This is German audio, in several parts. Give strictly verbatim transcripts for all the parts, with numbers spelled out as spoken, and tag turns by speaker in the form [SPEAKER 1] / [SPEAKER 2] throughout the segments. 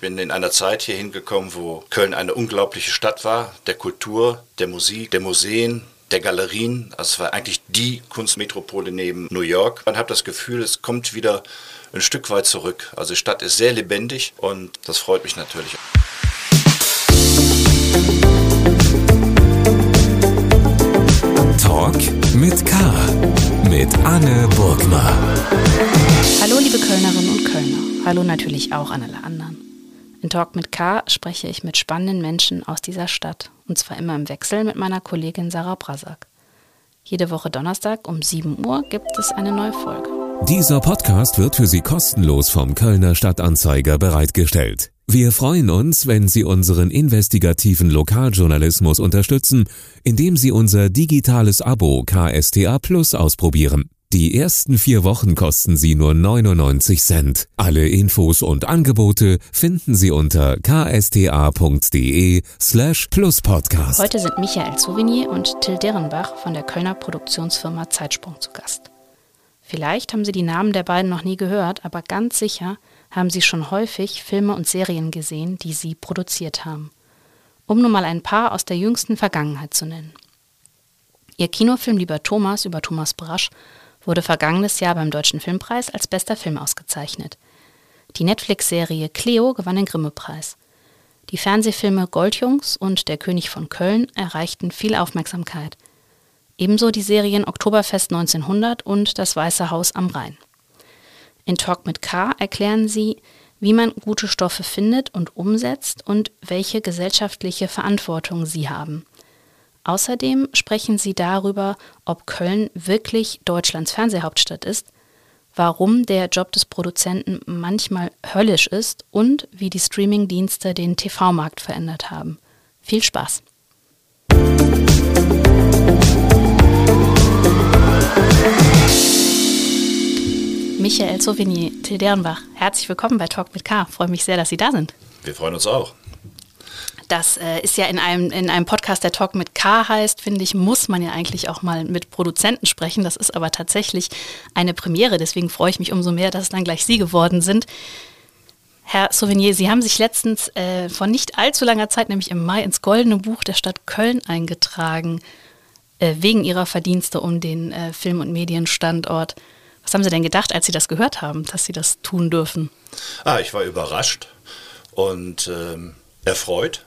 [SPEAKER 1] bin in einer Zeit hier hingekommen, wo Köln eine unglaubliche Stadt war, der Kultur, der Musik, der Museen, der Galerien. Also es war eigentlich die Kunstmetropole neben New York. Man hat das Gefühl, es kommt wieder ein Stück weit zurück. Also die Stadt ist sehr lebendig und das freut mich natürlich.
[SPEAKER 2] Talk mit K. mit Anne Burgner.
[SPEAKER 3] Hallo liebe Kölnerinnen und Kölner. Hallo natürlich auch an alle anderen. In Talk mit K spreche ich mit spannenden Menschen aus dieser Stadt. Und zwar immer im Wechsel mit meiner Kollegin Sarah Brasak. Jede Woche Donnerstag um sieben Uhr gibt es eine neue Folge.
[SPEAKER 2] Dieser Podcast wird für Sie kostenlos vom Kölner Stadtanzeiger bereitgestellt. Wir freuen uns, wenn Sie unseren investigativen Lokaljournalismus unterstützen, indem Sie unser digitales Abo K S T A Plus ausprobieren. Die ersten vier Wochen kosten Sie nur neunundneunzig Cent. Alle Infos und Angebote finden Sie unter ksta.de slash pluspodcast.
[SPEAKER 3] Heute sind Michael Sauvigny und Till Derrenbach von der Kölner Produktionsfirma Zeitsprung zu Gast. Vielleicht haben Sie die Namen der beiden noch nie gehört, aber ganz sicher haben Sie schon häufig Filme und Serien gesehen, die sie produziert haben. Um nur mal ein paar aus der jüngsten Vergangenheit zu nennen. Ihr Kinofilm Lieber Thomas über Thomas Brasch wurde vergangenes Jahr beim Deutschen Filmpreis als bester Film ausgezeichnet. Die Netflix-Serie Cleo gewann den Grimme-Preis. Die Fernsehfilme Goldjungs und Der König von Köln erreichten viel Aufmerksamkeit. Ebenso die Serien Oktoberfest neunzehnhundert und Das Weiße Haus am Rhein. In Talk mit K erklären sie, wie man gute Stoffe findet und umsetzt und welche gesellschaftliche Verantwortung sie haben. Außerdem sprechen sie darüber, ob Köln wirklich Deutschlands Fernsehhauptstadt ist, warum der Job des Produzenten manchmal höllisch ist und wie die Streamingdienste den T V-Markt verändert haben. Viel Spaß! Michael Sauvigny, Till Derrenbach, herzlich willkommen bei Talk mit K. Freue mich sehr, dass Sie da sind.
[SPEAKER 1] Wir freuen uns auch.
[SPEAKER 3] Das äh, ist ja in einem, in einem Podcast, der Talk mit K heißt, finde ich, muss man ja eigentlich auch mal mit Produzenten sprechen. Das ist aber tatsächlich eine Premiere, deswegen freue ich mich umso mehr, dass es dann gleich Sie geworden sind. Herr Sauvigny, Sie haben sich letztens äh, vor nicht allzu langer Zeit, nämlich im Mai, ins Goldene Buch der Stadt Köln eingetragen, äh, wegen Ihrer Verdienste um den äh, Film- und Medienstandort. Was haben Sie denn gedacht, als Sie das gehört haben, dass Sie das tun dürfen?
[SPEAKER 1] Ah, ich war überrascht und ähm, erfreut.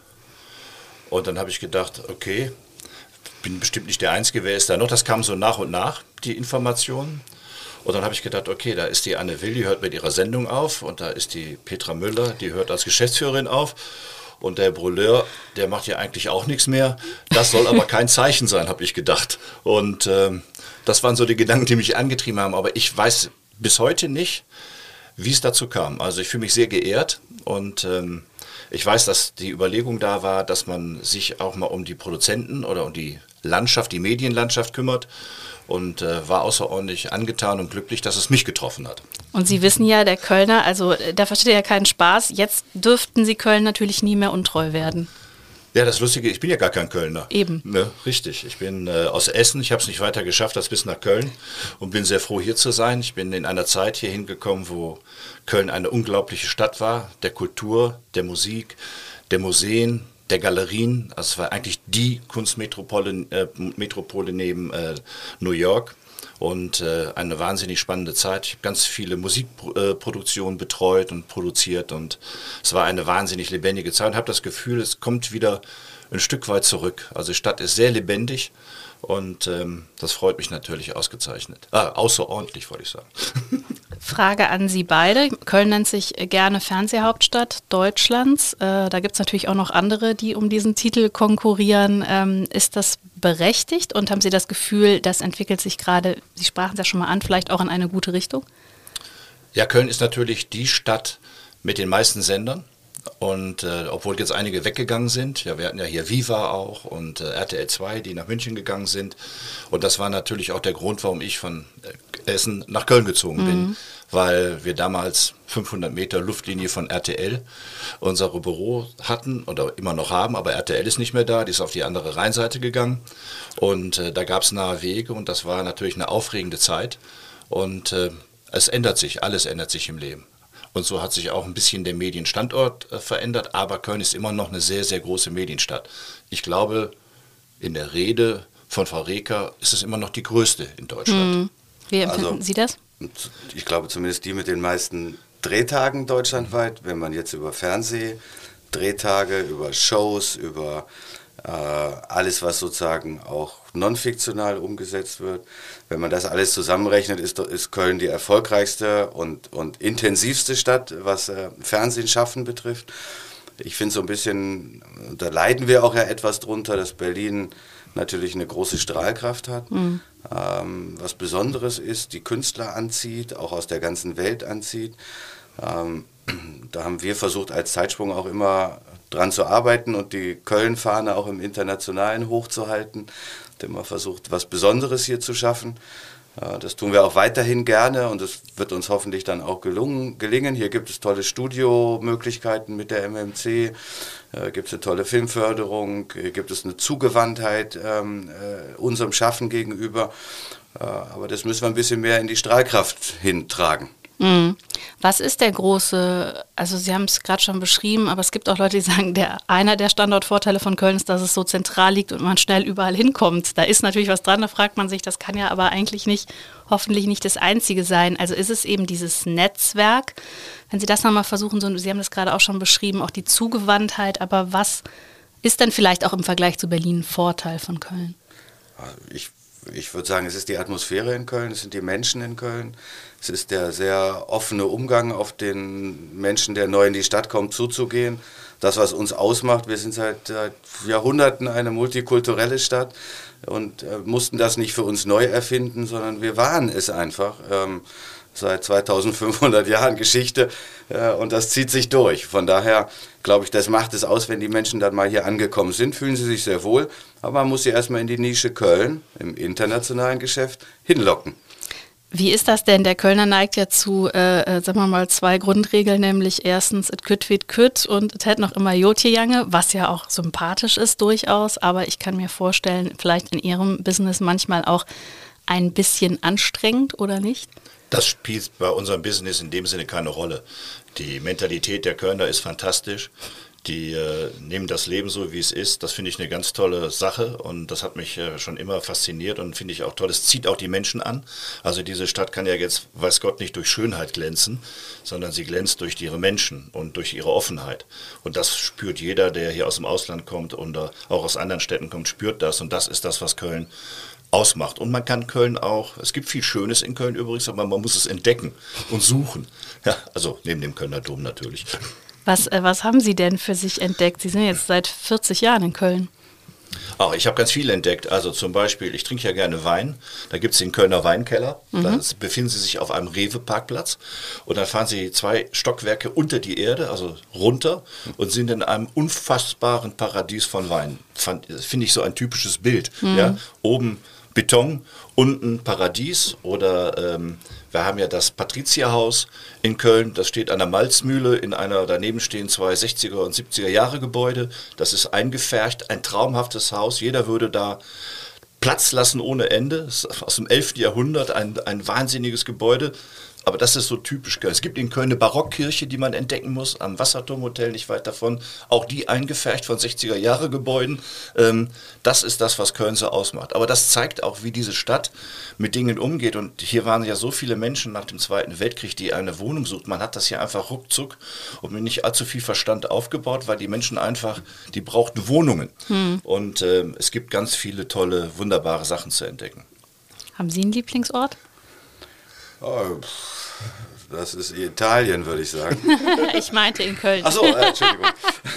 [SPEAKER 1] Und dann habe ich gedacht, okay, bin bestimmt nicht der Einzige, wer ist da noch? Das kam so nach und nach, die Informationen. Und dann habe ich gedacht, okay, da ist die Anne Will, die hört mit ihrer Sendung auf. Und da ist die Petra Müller, die hört als Geschäftsführerin auf. Und der Brûleur, der macht ja eigentlich auch nichts mehr. Das soll aber kein Zeichen sein, habe ich gedacht. Und ähm, das waren so die Gedanken, die mich angetrieben haben. Aber ich weiß bis heute nicht, wie es dazu kam. Also ich fühle mich sehr geehrt und ähm, ich weiß, dass die Überlegung da war, dass man sich auch mal um die Produzenten oder um die Landschaft, die Medienlandschaft kümmert und äh, war außerordentlich angetan und glücklich, dass es mich getroffen hat.
[SPEAKER 3] Und Sie wissen ja, der Kölner, also da versteht er ja keinen Spaß. Jetzt dürften Sie Köln natürlich nie mehr untreu werden.
[SPEAKER 1] Ja, das Lustige, ich bin ja gar kein Kölner.
[SPEAKER 3] Eben.
[SPEAKER 1] Ne, richtig, ich bin äh, aus Essen, ich habe es nicht weiter geschafft als bis nach Köln und bin sehr froh, hier zu sein. Ich bin in einer Zeit hier hingekommen, wo Köln eine unglaubliche Stadt war, der Kultur, der Musik, der Museen, der Galerien. Also es war eigentlich die Kunstmetropole äh, Metropole neben äh, New York. Und äh, eine wahnsinnig spannende Zeit. Ich habe ganz viele Musikproduktionen äh, betreut und produziert und es war eine wahnsinnig lebendige Zeit und habe das Gefühl, es kommt wieder ein Stück weit zurück. Also die Stadt ist sehr lebendig und ähm, das freut mich natürlich ausgezeichnet. Ah, außerordentlich, wollte ich sagen.
[SPEAKER 3] Frage an Sie beide. Köln nennt sich gerne Fernsehhauptstadt Deutschlands. Äh, da gibt es natürlich auch noch andere, die um diesen Titel konkurrieren. Ähm, ist das berechtigt und haben Sie das Gefühl, das entwickelt sich gerade, Sie sprachen es ja schon mal an, vielleicht auch in eine gute Richtung?
[SPEAKER 1] Ja, Köln ist natürlich die Stadt mit den meisten Sendern. Und äh, obwohl jetzt einige weggegangen sind, ja, wir hatten ja hier Viva auch und äh, R T L zwei, die nach München gegangen sind. Und das war natürlich auch der Grund, warum ich von äh, Essen nach Köln gezogen mhm. bin, weil wir damals fünfhundert Meter Luftlinie von R T L unsere Büro hatten oder immer noch haben, aber R T L ist nicht mehr da, die ist auf die andere Rheinseite gegangen. Und äh, da gab es nahe Wege und das war natürlich eine aufregende Zeit. Und äh, es ändert sich, alles ändert sich im Leben. Und so hat sich auch ein bisschen der Medienstandort äh, verändert. Aber Köln ist immer noch eine sehr, sehr große Medienstadt. Ich glaube, in der Rede von Frau Reker ist es immer noch die größte in Deutschland.
[SPEAKER 3] Hm. Wie empfinden
[SPEAKER 4] Also,
[SPEAKER 3] Sie das?
[SPEAKER 4] Ich glaube zumindest die mit den meisten Drehtagen deutschlandweit, wenn man jetzt über Fernsehdrehtage, über Shows, über äh, alles, was sozusagen auch non-fiktional umgesetzt wird, wenn man das alles zusammenrechnet, ist, ist Köln die erfolgreichste und, und intensivste Stadt, was äh, Fernsehen schaffen betrifft. Ich finde so ein bisschen, da leiden wir auch ja etwas drunter, dass Berlin natürlich eine große Strahlkraft hat, mhm. ähm, was Besonderes ist, die Künstler anzieht, auch aus der ganzen Welt anzieht. Ähm, da haben wir versucht, als Zeitsprung auch immer dran zu arbeiten und die Köln-Fahne auch im Internationalen hochzuhalten. Immer versucht, was Besonderes hier zu schaffen. Äh, das tun wir auch weiterhin gerne und es wird uns hoffentlich dann auch gelungen, gelingen. Hier gibt es tolle Studiomöglichkeiten mit der M M C, äh, gibt es eine tolle Filmförderung, hier gibt es eine Zugewandtheit ähm, äh, unserem Schaffen gegenüber. Äh, aber das müssen wir ein bisschen mehr in die Strahlkraft hintragen.
[SPEAKER 3] Mhm. Was ist der große, also Sie haben es gerade schon beschrieben, aber es gibt auch Leute, die sagen, der, einer der Standortvorteile von Köln ist, dass es so zentral liegt und man schnell überall hinkommt. Da ist natürlich was dran, da fragt man sich, das kann ja aber eigentlich nicht, hoffentlich nicht das Einzige sein. Also ist es eben dieses Netzwerk, wenn Sie das nochmal versuchen, so, Sie haben das gerade auch schon beschrieben, auch die Zugewandtheit, aber was ist denn vielleicht auch im Vergleich zu Berlin ein Vorteil von Köln?
[SPEAKER 4] Ich Ich würde sagen, es ist die Atmosphäre in Köln, es sind die Menschen in Köln, es ist der sehr offene Umgang auf den Menschen, der neu in die Stadt kommt, zuzugehen. Das, was uns ausmacht, wir sind seit, seit Jahrhunderten eine multikulturelle Stadt und äh, mussten das nicht für uns neu erfinden, sondern wir waren es einfach. Ähm, seit zweitausendfünfhundert Jahren Geschichte äh, und das zieht sich durch. Von daher glaube ich, das macht es aus, wenn die Menschen dann mal hier angekommen sind, fühlen sie sich sehr wohl, aber man muss sie erstmal in die Nische Köln im internationalen Geschäft hinlocken.
[SPEAKER 3] Wie ist das denn? Der Kölner neigt ja zu, äh, sagen wir mal, zwei Grundregeln, nämlich erstens, et kütt wie et kütt und et hätt noch immer Jotje Jange, was ja auch sympathisch ist durchaus, aber ich kann mir vorstellen, vielleicht in Ihrem Business manchmal auch ein bisschen anstrengend, oder nicht?
[SPEAKER 1] Das spielt bei unserem Business in dem Sinne keine Rolle. Die Mentalität der Kölner ist fantastisch. Die äh, nehmen das Leben so, wie es ist. Das finde ich eine ganz tolle Sache und das hat mich äh, schon immer fasziniert und finde ich auch toll. Es zieht auch die Menschen an. Also diese Stadt kann ja jetzt, weiß Gott, nicht durch Schönheit glänzen, sondern sie glänzt durch ihre Menschen und durch ihre Offenheit. Und das spürt jeder, der hier aus dem Ausland kommt und äh, auch aus anderen Städten kommt, spürt das. Und das ist das, was Köln ausmacht. Und man kann Köln auch, es gibt viel Schönes in Köln übrigens, aber man muss es entdecken und suchen. Ja, also neben dem Kölner Dom natürlich.
[SPEAKER 3] Was, äh, was haben Sie denn für sich entdeckt? Sie sind jetzt seit vierzig Jahren in Köln.
[SPEAKER 1] Ach, ich habe ganz viel entdeckt. Also zum Beispiel, ich trinke ja gerne Wein. Da gibt es den Kölner Weinkeller. Mhm. Da befinden Sie sich auf einem Rewe-Parkplatz. Und dann fahren Sie zwei Stockwerke unter die Erde, also runter, und sind in einem unfassbaren Paradies von Wein. Finde ich so ein typisches Bild. Mhm. Ja? Oben Beton, unten Paradies oder ähm, wir haben ja das Patrizierhaus in Köln, das steht an der Malzmühle, in einer, daneben stehen zwei sechziger und siebziger Jahre Gebäude, das ist eingefärcht, ein traumhaftes Haus, jeder würde da Platz lassen ohne Ende, das ist aus dem elften Jahrhundert, ein, ein wahnsinniges Gebäude. Aber das ist so typisch Köln. Es gibt in Köln eine Barockkirche, die man entdecken muss, am Wasserturmhotel nicht weit davon. Auch die eingefärcht von sechziger Jahre Gebäuden. Ähm, das ist das, was Köln so ausmacht. Aber das zeigt auch, wie diese Stadt mit Dingen umgeht. Und hier waren ja so viele Menschen nach dem Zweiten Weltkrieg, die eine Wohnung suchten. Man hat das hier einfach ruckzuck und mit nicht allzu viel Verstand aufgebaut, weil die Menschen einfach, die brauchten Wohnungen. Hm. Und ähm, es gibt ganz viele tolle, wunderbare Sachen zu entdecken.
[SPEAKER 3] Haben Sie einen Lieblingsort?
[SPEAKER 4] Oh, das ist Italien, würde ich sagen.
[SPEAKER 3] Ich meinte in Köln.
[SPEAKER 4] Ach so, äh, Entschuldigung.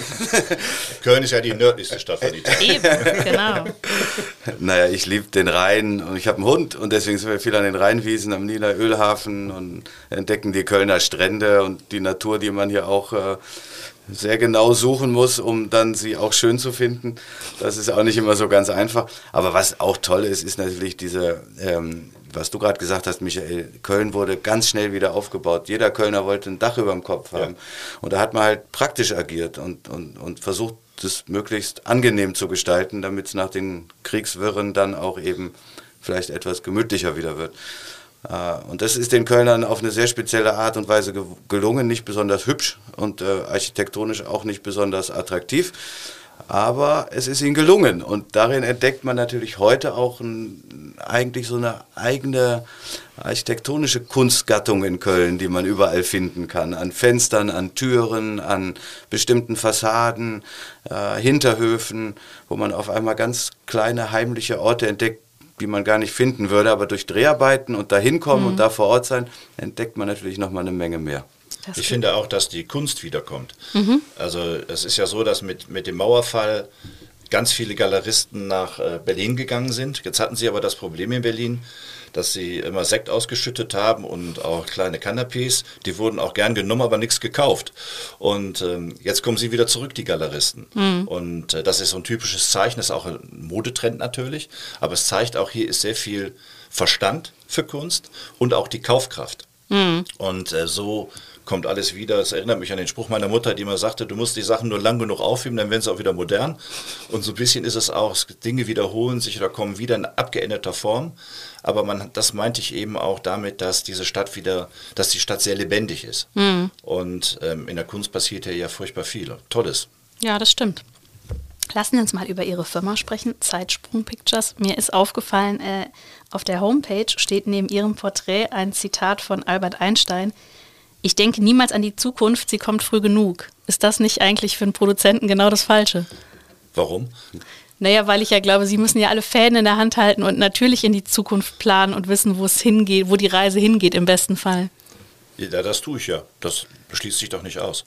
[SPEAKER 1] Köln ist ja die nördlichste Stadt von Italien.
[SPEAKER 3] Eben, genau.
[SPEAKER 4] Naja, ich liebe den Rhein und ich habe einen Hund und deswegen sind wir viel an den Rheinwiesen am Nieler Ölhafen und entdecken die Kölner Strände und die Natur, die man hier auch äh, sehr genau suchen muss, um dann sie auch schön zu finden. Das ist auch nicht immer so ganz einfach. Aber was auch toll ist, ist natürlich diese, ähm, was du gerade gesagt hast, Michael, Köln wurde ganz schnell wieder aufgebaut. Jeder Kölner wollte ein Dach über dem Kopf haben. Ja. Und da hat man halt praktisch agiert und, und, und versucht, das möglichst angenehm zu gestalten, damit es nach den Kriegswirren dann auch eben vielleicht etwas gemütlicher wieder wird. Und das ist den Kölnern auf eine sehr spezielle Art und Weise gelungen, nicht besonders hübsch und äh, architektonisch auch nicht besonders attraktiv, aber es ist ihnen gelungen und darin entdeckt man natürlich heute auch ein, eigentlich so eine eigene architektonische Kunstgattung in Köln, die man überall finden kann, an Fenstern, an Türen, an bestimmten Fassaden, äh, Hinterhöfen, wo man auf einmal ganz kleine heimliche Orte entdeckt, die man gar nicht finden würde, aber durch Dreharbeiten und da hinkommen mhm. und da vor Ort sein, entdeckt man natürlich nochmal eine Menge mehr.
[SPEAKER 1] Das ich finde auch, dass die Kunst wiederkommt. Mhm. Also es ist ja so, dass mit, mit dem Mauerfall ganz viele Galeristen nach äh, Berlin gegangen sind. Jetzt hatten sie aber das Problem in Berlin, dass sie immer Sekt ausgeschüttet haben und auch kleine Canapés. Die wurden auch gern genommen, aber nichts gekauft. Und ähm, jetzt kommen sie wieder zurück, die Galeristen. Mhm. Und äh, das ist so ein typisches Zeichen, das ist auch ein Modetrend natürlich, aber es zeigt auch, hier ist sehr viel Verstand für Kunst und auch die Kaufkraft. Mhm. Und äh, so kommt alles wieder. Es erinnert mich an den Spruch meiner Mutter, die immer sagte, du musst die Sachen nur lang genug aufheben, dann werden sie auch wieder modern. Und so ein bisschen ist es auch, Dinge wiederholen sich oder kommen wieder in abgeänderter Form. Aber man, das meinte ich eben auch damit, dass diese Stadt wieder, dass die Stadt sehr lebendig ist. Mhm. Und ähm, in der Kunst passiert ja, ja furchtbar viel. Tolles.
[SPEAKER 3] Ja, das stimmt. Lassen wir uns mal über Ihre Firma sprechen, Zeitsprung Pictures. Mir ist aufgefallen, äh, auf der Homepage steht neben Ihrem Porträt ein Zitat von Albert Einstein. Ich denke niemals an die Zukunft, sie kommt früh genug. Ist das nicht eigentlich für einen Produzenten genau das Falsche?
[SPEAKER 1] Warum?
[SPEAKER 3] Naja, weil ich ja glaube, Sie müssen ja alle Fäden in der Hand halten und natürlich in die Zukunft planen und wissen, wo es hingeht, wo die Reise hingeht im besten Fall.
[SPEAKER 1] Ja, das tue ich ja. Das schließt sich doch nicht aus.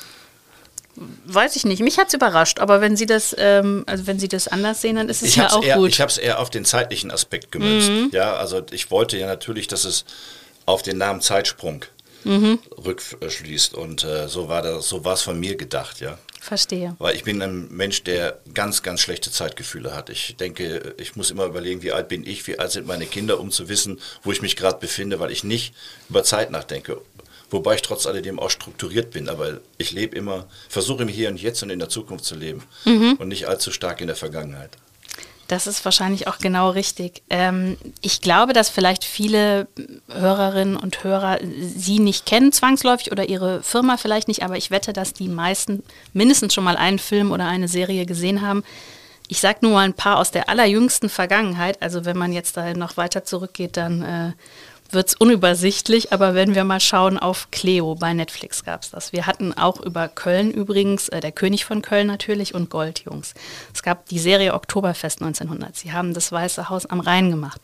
[SPEAKER 3] Weiß ich nicht. Mich hat es überrascht, aber wenn Sie das, ähm, also wenn Sie das anders sehen, dann ist es ja auch
[SPEAKER 1] eher,
[SPEAKER 3] gut.
[SPEAKER 1] Ich habe es eher auf den zeitlichen Aspekt gemünzt. Mhm. Ja, also ich wollte ja natürlich, dass es auf den Namen Zeitsprung Mhm. rückschließt und äh, so war das, so war es von mir gedacht, ja.
[SPEAKER 3] Verstehe.
[SPEAKER 1] Weil ich bin ein Mensch, der ganz, ganz schlechte Zeitgefühle hat. Ich denke, ich muss immer überlegen, wie alt bin ich, wie alt sind meine Kinder, um zu wissen, wo ich mich gerade befinde, weil ich nicht über Zeit nachdenke. Wobei ich trotz alledem auch strukturiert bin, aber ich lebe immer, versuche im Hier und Jetzt und in der Zukunft zu leben mhm. und nicht allzu stark in der Vergangenheit.
[SPEAKER 3] Das ist wahrscheinlich auch genau richtig. Ähm, ich glaube, dass vielleicht viele Hörerinnen und Hörer Sie nicht kennen zwangsläufig oder Ihre Firma vielleicht nicht, aber ich wette, dass die meisten mindestens schon mal einen Film oder eine Serie gesehen haben. Ich sage nur mal ein paar aus der allerjüngsten Vergangenheit. Also wenn man jetzt da noch weiter zurückgeht, dann äh, wird es unübersichtlich, aber wenn wir mal schauen auf Cleo, bei Netflix gab es das. Wir hatten auch über Köln übrigens, äh, der König von Köln natürlich und Goldjungs. Es gab die Serie Oktoberfest neunzehnhundert. Sie haben das Weiße Haus am Rhein gemacht.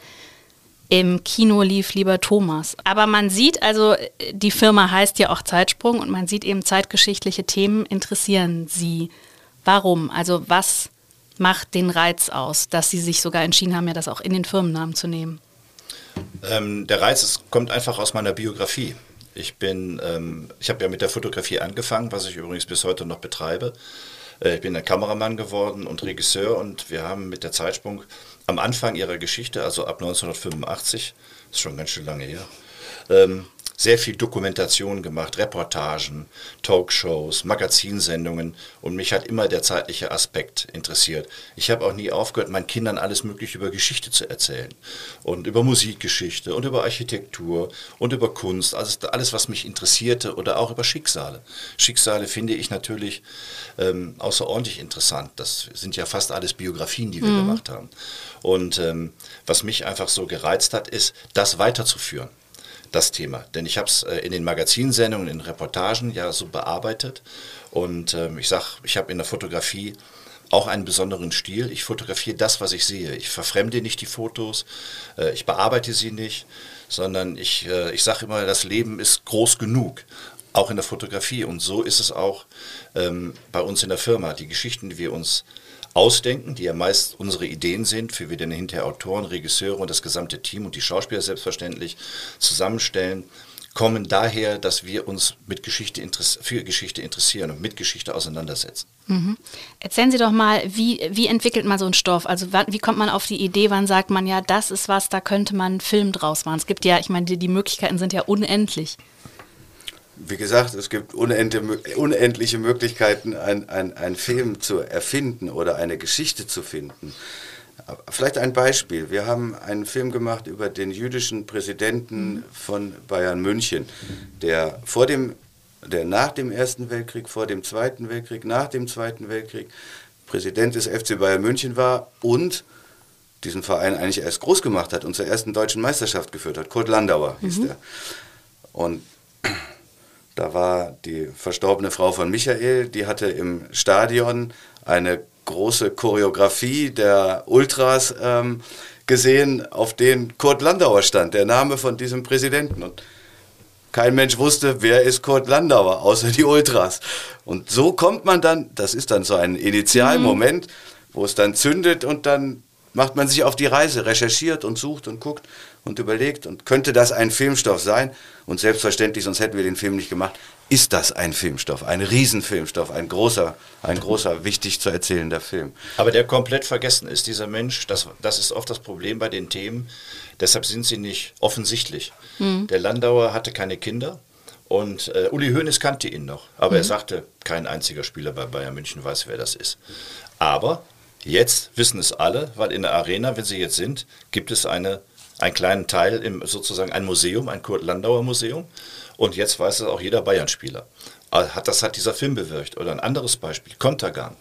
[SPEAKER 3] Im Kino lief Lieber Thomas. Aber man sieht also, die Firma heißt ja auch Zeitsprung und man sieht eben, zeitgeschichtliche Themen interessieren Sie. Warum? Also was macht den Reiz aus, dass Sie sich sogar entschieden haben, ja das auch in den Firmennamen zu nehmen?
[SPEAKER 1] Ähm, der Reiz ist, kommt einfach aus meiner Biografie. Ich bin, ähm, ich habe ja mit der Fotografie angefangen, was ich übrigens bis heute noch betreibe. Äh, ich bin ein Kameramann geworden und Regisseur und wir haben mit der Zeitsprung am Anfang ihrer Geschichte, also ab neunzehnhundertfünfundachtzig, das ist schon ganz schön lange her, ähm, sehr viel Dokumentation gemacht, Reportagen, Talkshows, Magazinsendungen und mich hat immer der zeitliche Aspekt interessiert. Ich habe auch nie aufgehört, meinen Kindern alles Mögliche über Geschichte zu erzählen und über Musikgeschichte und über Architektur und über Kunst, also alles, was mich interessierte oder auch über Schicksale. Schicksale finde ich natürlich ähm, außerordentlich interessant. Das sind ja fast alles Biografien, die wir mhm. gemacht haben. Und ähm, was mich einfach so gereizt hat, ist, das weiterzuführen. Das Thema, denn ich habe es äh, in den Magazinsendungen, in Reportagen ja so bearbeitet und ähm, ich sag, ich habe in der Fotografie auch einen besonderen Stil. Ich fotografiere das, was ich sehe. Ich verfremde nicht die Fotos, äh, ich bearbeite sie nicht, sondern ich, äh, ich sage immer, das Leben ist groß genug, auch in der Fotografie und so ist es auch ähm, bei uns in der Firma. Die Geschichten, die wir uns ausdenken, die ja meist unsere Ideen sind, für wir dann hinterher Autoren, Regisseure und das gesamte Team und die Schauspieler selbstverständlich zusammenstellen, kommen daher, dass wir uns mit Geschichte für Geschichte interessieren und mit Geschichte auseinandersetzen.
[SPEAKER 3] Mhm. Erzählen Sie doch mal, wie, wie entwickelt man so einen Stoff? Also wie kommt man auf die Idee, wann sagt man, ja, das ist was, da könnte man einen Film draus machen? Es gibt ja, ich meine, die, die Möglichkeiten sind ja unendlich.
[SPEAKER 4] Wie gesagt, es gibt unendliche Möglichkeiten, einen ein Film zu erfinden oder eine Geschichte zu finden. Vielleicht ein Beispiel. Wir haben einen Film gemacht über den jüdischen Präsidenten von Bayern München, der vor dem, der nach dem Ersten Weltkrieg, vor dem Zweiten Weltkrieg, nach dem Zweiten Weltkrieg Präsident des F C Bayern München war und diesen Verein eigentlich erst groß gemacht hat und zur ersten deutschen Meisterschaft geführt hat. Kurt Landauer hieß mhm. der. Und da war die verstorbene Frau von Michael, die hatte im Stadion eine große Choreografie der Ultras ähm, gesehen, auf denen Kurt Landauer stand, der Name von diesem Präsidenten. Und kein Mensch wusste, wer ist Kurt Landauer, außer die Ultras. Und so kommt man dann, das ist dann so ein Initialmoment, mhm. wo es dann zündet und dann macht man sich auf die Reise, recherchiert und sucht und guckt und überlegt und könnte das ein Filmstoff sein? Und selbstverständlich, sonst hätten wir den Film nicht gemacht, ist das ein Filmstoff, ein Riesenfilmstoff, ein großer, ein großer, wichtig zu erzählender Film.
[SPEAKER 1] Aber der komplett vergessen ist, dieser Mensch, das, das ist oft das Problem bei den Themen, deshalb sind sie nicht offensichtlich. Mhm. Der Landauer hatte keine Kinder und äh, Uli Hoeneß kannte ihn noch, aber mhm. er sagte, kein einziger Spieler bei Bayern München weiß, wer das ist. Aber jetzt wissen es alle, weil in der Arena, wenn sie jetzt sind, gibt es eine, einen kleinen Teil, im, sozusagen ein Museum, ein Kurt-Landauer-Museum. Und jetzt weiß es auch jeder Bayern-Spieler. Das hat dieser Film bewirkt. Oder ein anderes Beispiel, Contergan.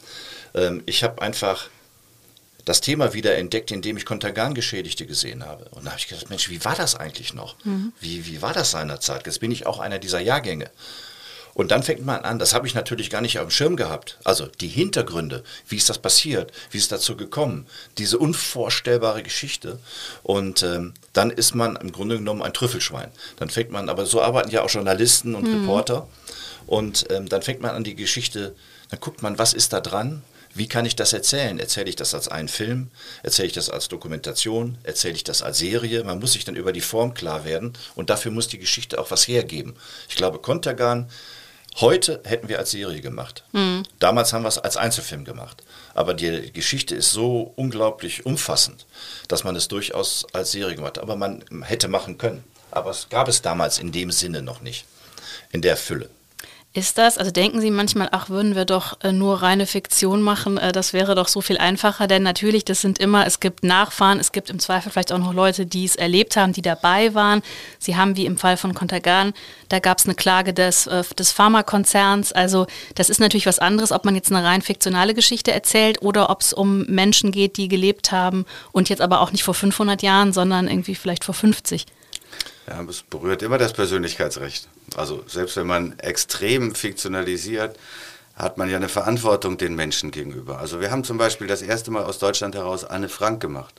[SPEAKER 1] Ich habe einfach das Thema wieder entdeckt, indem ich Contergan-Geschädigte gesehen habe. Und da habe ich gedacht, Mensch, wie war das eigentlich noch? Mhm. Wie, wie war das seinerzeit? Jetzt bin ich auch einer dieser Jahrgänge. Und dann fängt man an, das habe ich natürlich gar nicht auf dem Schirm gehabt, also die Hintergründe, wie ist das passiert, wie ist dazu gekommen, diese unvorstellbare Geschichte. Und ähm, dann ist man im Grunde genommen ein Trüffelschwein. Dann fängt man, aber so arbeiten ja auch Journalisten und mhm. Reporter. Und ähm, dann fängt man an die Geschichte, dann guckt man, was ist da dran, wie kann ich das erzählen? Erzähle ich das als einen Film? Erzähle ich das als Dokumentation? Erzähle ich das als Serie? Man muss sich dann über die Form klar werden und dafür muss die Geschichte auch was hergeben. Ich glaube, Contergan heute hätten wir als Serie gemacht. Mhm. Damals haben wir es als Einzelfilm gemacht. Aber die Geschichte ist so unglaublich umfassend, dass man es durchaus als Serie gemacht hat. Aber man hätte machen können. Aber es gab es damals in dem Sinne noch nicht, in der Fülle.
[SPEAKER 3] Ist das, also denken Sie manchmal, ach, würden wir doch äh, nur reine Fiktion machen, äh, das wäre doch so viel einfacher, denn natürlich, das sind immer, es gibt Nachfahren, es gibt im Zweifel vielleicht auch noch Leute, die es erlebt haben, die dabei waren. Sie haben, wie im Fall von Contergan, da gab es eine Klage des, äh, des Pharmakonzerns, also das ist natürlich was anderes, ob man jetzt eine rein fiktionale Geschichte erzählt oder ob es um Menschen geht, die gelebt haben und jetzt aber auch nicht vor fünfhundert Jahren, sondern irgendwie vielleicht vor fünfzig.
[SPEAKER 4] Ja, es berührt immer das Persönlichkeitsrecht. Also selbst wenn man extrem fiktionalisiert, hat man ja eine Verantwortung den Menschen gegenüber. Also wir haben zum Beispiel das erste Mal aus Deutschland heraus Anne Frank gemacht.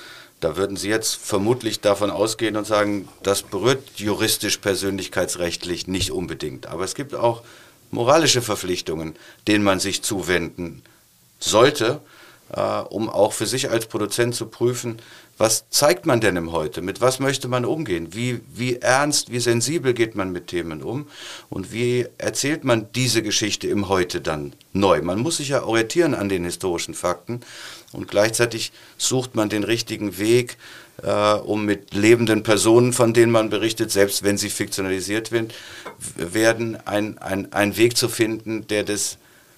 [SPEAKER 4] Da würden Sie jetzt vermutlich davon ausgehen und sagen, das berührt juristisch, persönlichkeitsrechtlich nicht unbedingt. Aber es gibt auch moralische Verpflichtungen, denen man sich zuwenden sollte, äh, um auch für sich als Produzent zu prüfen, was zeigt man denn im Heute? Mit was möchte man umgehen? Wie, wie ernst, wie sensibel geht man mit Themen um? Und wie erzählt man diese Geschichte im Heute dann neu? Man muss sich ja orientieren an den historischen Fakten und gleichzeitig sucht man den richtigen Weg, äh, um mit lebenden Personen, von denen man berichtet, selbst wenn sie fiktionalisiert werden, werden ein, ein, ein Weg zu finden, der das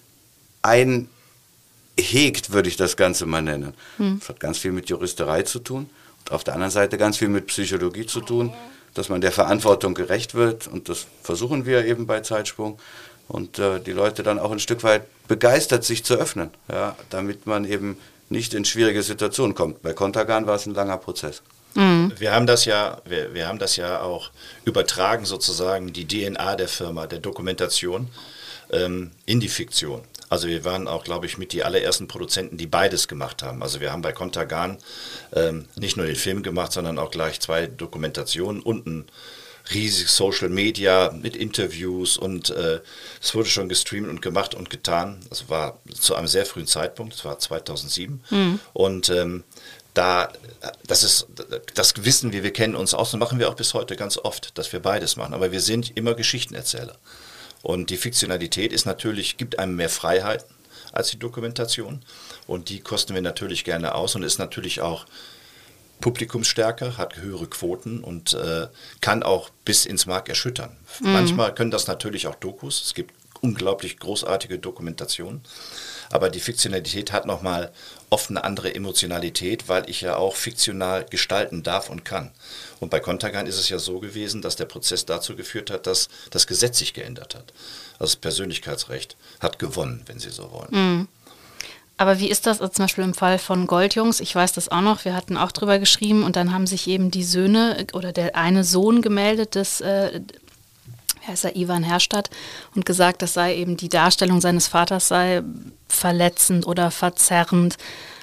[SPEAKER 4] ein hegt, würde ich das Ganze mal nennen. Hm. Das hat ganz viel mit Juristerei zu tun und auf der anderen Seite ganz viel mit Psychologie zu tun, dass man der Verantwortung gerecht wird und das versuchen wir eben bei Zeitsprung und äh, die Leute dann auch ein Stück weit begeistert, sich zu öffnen, ja, damit man eben nicht in schwierige Situationen kommt. Bei Contergan war es ein langer Prozess.
[SPEAKER 1] Mhm. Wir haben das ja, wir, wir haben das ja auch übertragen sozusagen, die D N A der Firma, der Dokumentation ähm, in die Fiktion. Also wir waren auch, glaube ich, mit die allerersten Produzenten, die beides gemacht haben. Also wir haben bei Contergan ähm, nicht nur den Film gemacht, sondern auch gleich zwei Dokumentationen und ein riesiges Social Media mit Interviews und äh, es wurde schon gestreamt und gemacht und getan. Das war zu einem sehr frühen Zeitpunkt, das war zweitausendsieben. Mhm. Und ähm, da, das ist, das wissen wir, wir kennen uns aus und machen wir auch bis heute ganz oft, dass wir beides machen. Aber wir sind immer Geschichtenerzähler. Und die Fiktionalität ist natürlich, gibt einem mehr Freiheiten als die Dokumentation. Und die kosten wir natürlich gerne aus und ist natürlich auch publikumsstärker, hat höhere Quoten und äh, kann auch bis ins Mark erschüttern. Mhm. Manchmal können das natürlich auch Dokus. Es gibt unglaublich großartige Dokumentationen. Aber die Fiktionalität hat nochmal oft eine andere Emotionalität, weil ich ja auch fiktional gestalten darf und kann. Und bei Contergan ist es ja so gewesen, dass der Prozess dazu geführt hat, dass das Gesetz sich geändert hat. Also das Persönlichkeitsrecht hat gewonnen, wenn Sie so wollen.
[SPEAKER 3] Mhm. Aber wie ist das also zum Beispiel im Fall von Goldjungs? Ich weiß das auch noch, wir hatten auch drüber geschrieben und dann haben sich eben die Söhne oder der eine Sohn gemeldet, des, äh, wie heißt er, Ivan Herstadt, und gesagt, das sei eben die Darstellung seines Vaters sei verletzend oder verzerrend.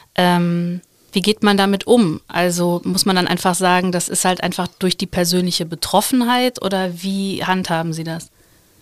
[SPEAKER 3] Ähm, wie geht man damit um? Also muss man dann einfach sagen, das ist halt einfach durch die persönliche Betroffenheit oder wie handhaben Sie das?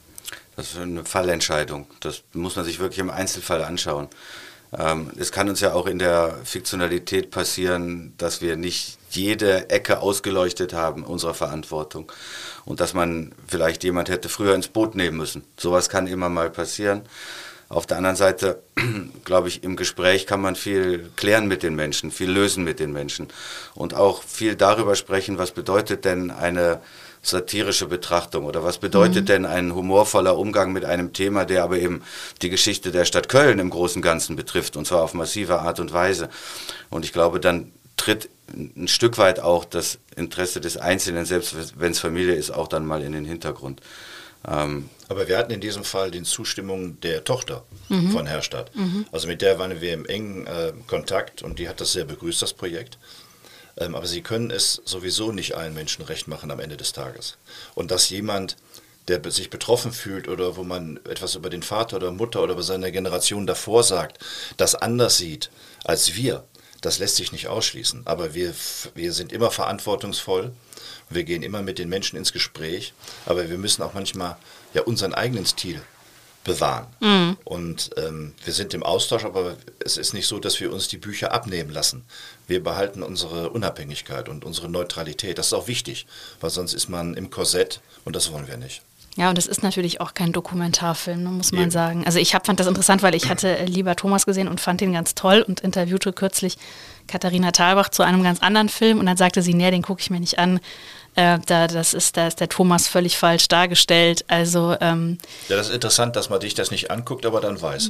[SPEAKER 4] Das ist eine Fallentscheidung. Das muss man sich wirklich im Einzelfall anschauen. Ähm, es kann uns ja auch in der Fiktionalität passieren, dass wir nicht jede Ecke ausgeleuchtet haben unserer Verantwortung und dass man vielleicht jemand hätte früher ins Boot nehmen müssen. Sowas kann immer mal passieren. Auf der anderen Seite, glaube ich, im Gespräch kann man viel klären mit den Menschen, viel lösen mit den Menschen und auch viel darüber sprechen, was bedeutet denn eine satirische Betrachtung oder was bedeutet mhm. denn ein humorvoller Umgang mit einem Thema, der aber eben die Geschichte der Stadt Köln im Großen und Ganzen betrifft und zwar auf massive Art und Weise. Und ich glaube, dann tritt ein Stück weit auch das Interesse des Einzelnen, selbst wenn es Familie ist, auch dann mal in den Hintergrund. Ähm,
[SPEAKER 1] Aber wir hatten in diesem Fall die Zustimmung der Tochter mhm. von Herstadt. Mhm. Also mit der waren wir im engen äh, Kontakt und die hat das sehr begrüßt, das Projekt. Ähm, aber sie können es sowieso nicht allen Menschen recht machen am Ende des Tages. Und dass jemand, der sich betroffen fühlt oder wo man etwas über den Vater oder Mutter oder über seine Generation davor sagt, das anders sieht als wir, das lässt sich nicht ausschließen. Aber wir, wir sind immer verantwortungsvoll. Wir gehen immer mit den Menschen ins Gespräch, aber wir müssen auch manchmal ja unseren eigenen Stil bewahren. Mhm. Und ähm, wir sind im Austausch, aber es ist nicht so, dass wir uns die Bücher abnehmen lassen. Wir behalten unsere Unabhängigkeit und unsere Neutralität. Das ist auch wichtig, weil sonst ist man im Korsett und das wollen wir nicht.
[SPEAKER 3] Ja, und es ist natürlich auch kein Dokumentarfilm, muss man Eben. sagen. Also ich hab, fand das interessant, weil ich hatte Lieber Thomas gesehen und fand ihn ganz toll und interviewte kürzlich Katharina Thalbach zu einem ganz anderen Film und dann sagte sie, nee, den gucke ich mir nicht an. Äh, da, das ist, da ist der Thomas völlig falsch dargestellt. Also, ähm,
[SPEAKER 1] ja, das ist interessant, dass man dich das nicht anguckt, aber dann weiß.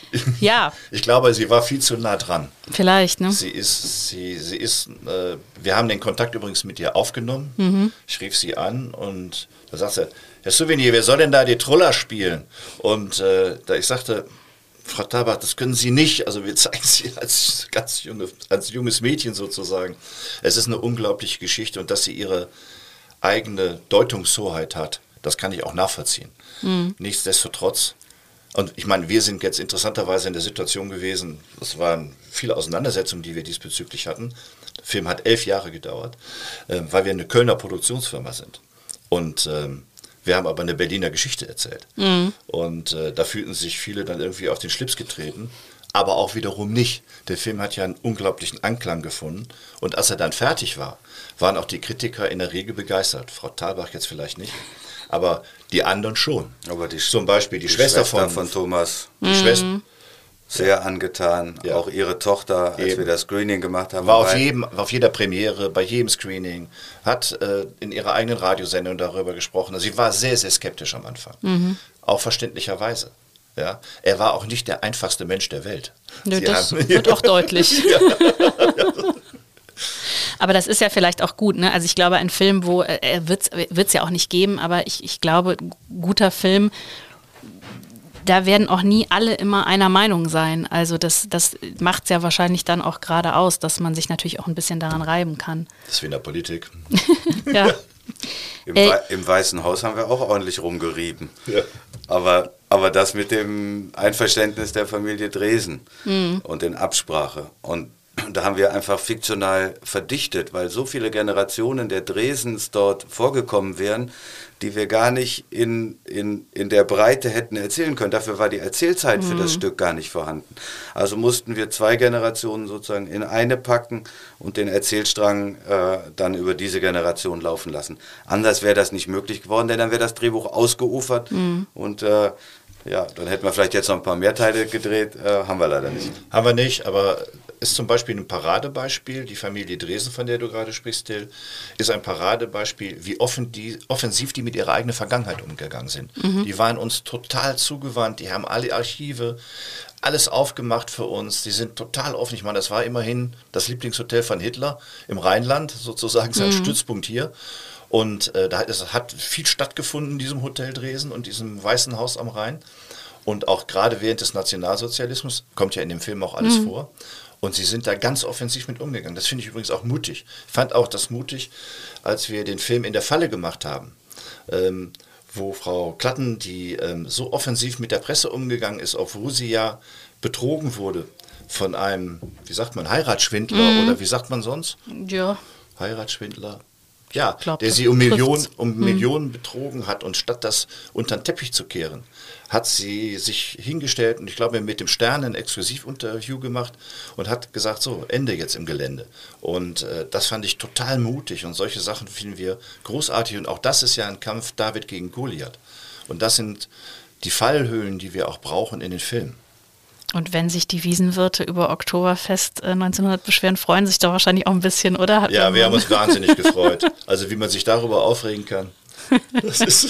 [SPEAKER 3] Ja.
[SPEAKER 1] Ich glaube, sie war viel zu nah dran.
[SPEAKER 3] Vielleicht, ne?
[SPEAKER 1] Sie ist, sie, sie ist, äh, wir haben den Kontakt übrigens mit ihr aufgenommen. Mhm. Ich rief sie an und da sagt sie, Herr Souvenir, wer soll denn da die Troller spielen? Und äh, da ich sagte, Frau Thalbach, das können Sie nicht. Also wir zeigen Sie als ganz junge, als junges Mädchen sozusagen. Es ist eine unglaubliche Geschichte und dass sie ihre eigene Deutungshoheit hat, das kann ich auch nachvollziehen. Mhm. Nichtsdestotrotz, und ich meine, wir sind jetzt interessanterweise in der Situation gewesen, das waren viele Auseinandersetzungen, die wir diesbezüglich hatten. Der Film hat elf Jahre gedauert, äh, weil wir eine Kölner Produktionsfirma sind. Und ähm, wir haben aber eine Berliner Geschichte erzählt. Mhm. Und äh, da fühlten sich viele dann irgendwie auf den Schlips getreten, aber auch wiederum nicht. Der Film hat ja einen unglaublichen Anklang gefunden. Und als er dann fertig war, waren auch die Kritiker in der Regel begeistert. Frau Thalbach jetzt vielleicht nicht, aber die anderen schon.
[SPEAKER 4] Aber die,
[SPEAKER 1] Zum Beispiel die,
[SPEAKER 4] die
[SPEAKER 1] Schwester,
[SPEAKER 4] Schwester
[SPEAKER 1] von,
[SPEAKER 4] von Thomas.
[SPEAKER 1] Die mhm. Schwester.
[SPEAKER 4] Sehr angetan, ja. Auch ihre Tochter, als Eben. wir das Screening gemacht haben.
[SPEAKER 1] War auf, jedem, war auf jeder Premiere, bei jedem Screening, hat äh, in ihrer eigenen Radiosendung darüber gesprochen. Also sie war sehr, sehr skeptisch am Anfang, mhm. auch verständlicherweise. Ja? Er war auch nicht der einfachste Mensch der Welt.
[SPEAKER 3] Nö, das haben, wird ja. auch deutlich. Ja. Aber das ist ja vielleicht auch gut, ne? Also ich glaube, ein Film, wo, er wird es ja auch nicht geben, aber ich, ich glaube, guter Film, da werden auch nie alle immer einer Meinung sein. Also das, das macht es ja wahrscheinlich dann auch gerade aus, dass man sich natürlich auch ein bisschen daran reiben kann.
[SPEAKER 1] Das ist wie in der Politik.
[SPEAKER 3] Ja.
[SPEAKER 4] Im, Wei- Im Weißen Haus haben wir auch ordentlich rumgerieben. Ja. Aber, aber das mit dem Einverständnis der Familie Dresen mhm. und in Absprache. Und da haben wir einfach fiktional verdichtet, weil so viele Generationen der Dresens dort vorgekommen wären, die wir gar nicht in, in, in der Breite hätten erzählen können. Dafür war die Erzählzeit mhm. für das Stück gar nicht vorhanden. Also mussten wir zwei Generationen sozusagen in eine packen und den Erzählstrang äh, dann über diese Generation laufen lassen. Anders wäre das nicht möglich geworden, denn dann wäre das Drehbuch ausgeufert mhm. und äh, ja, dann hätten wir vielleicht jetzt noch ein paar mehr Teile gedreht, äh, haben wir leider nicht.
[SPEAKER 1] Haben wir nicht, aber ist zum Beispiel ein Paradebeispiel, die Familie Dresen, von der du gerade sprichst, Till, ist ein Paradebeispiel, wie offen die, offensiv die mit ihrer eigenen Vergangenheit umgegangen sind. Mhm. Die waren uns total zugewandt, die haben alle Archive, alles aufgemacht für uns, die sind total offen. Ich meine, das war immerhin das Lieblingshotel von Hitler im Rheinland, sozusagen sein mhm. Stützpunkt hier. Und äh, da es hat viel stattgefunden in diesem Hotel Dresen und diesem Weißen Haus am Rhein. Und auch gerade während des Nationalsozialismus, kommt ja in dem Film auch alles mhm. vor. Und sie sind da ganz offensiv mit umgegangen. Das finde ich übrigens auch mutig. Ich fand auch das mutig, als wir den Film In der Falle gemacht haben, ähm, wo Frau Klatten, die ähm, so offensiv mit der Presse umgegangen ist, obwohl sie ja betrogen wurde von einem, wie sagt man, Heiratsschwindler mhm. oder wie sagt man sonst?
[SPEAKER 3] Ja.
[SPEAKER 1] Heiratsschwindler. Ja,
[SPEAKER 3] glaub,
[SPEAKER 1] der sie um Millionen, um hm. Millionen betrogen hat, und statt das unter den Teppich zu kehren, hat sie sich hingestellt und ich glaube mit dem Stern ein Exklusivinterview gemacht und hat gesagt, so, Ende jetzt im Gelände. Und äh, das fand ich total mutig und solche Sachen finden wir großartig und auch das ist ja ein Kampf David gegen Goliath. Und das sind die Fallhöhlen, die wir auch brauchen in den Filmen.
[SPEAKER 3] Und wenn sich die Wiesenwirte über Oktoberfest äh, neunzehnhundert beschweren, freuen sich doch wahrscheinlich auch ein bisschen, oder? Hat
[SPEAKER 1] ja, wir haben uns wahnsinnig gefreut. Also wie man sich darüber aufregen kann. Das ist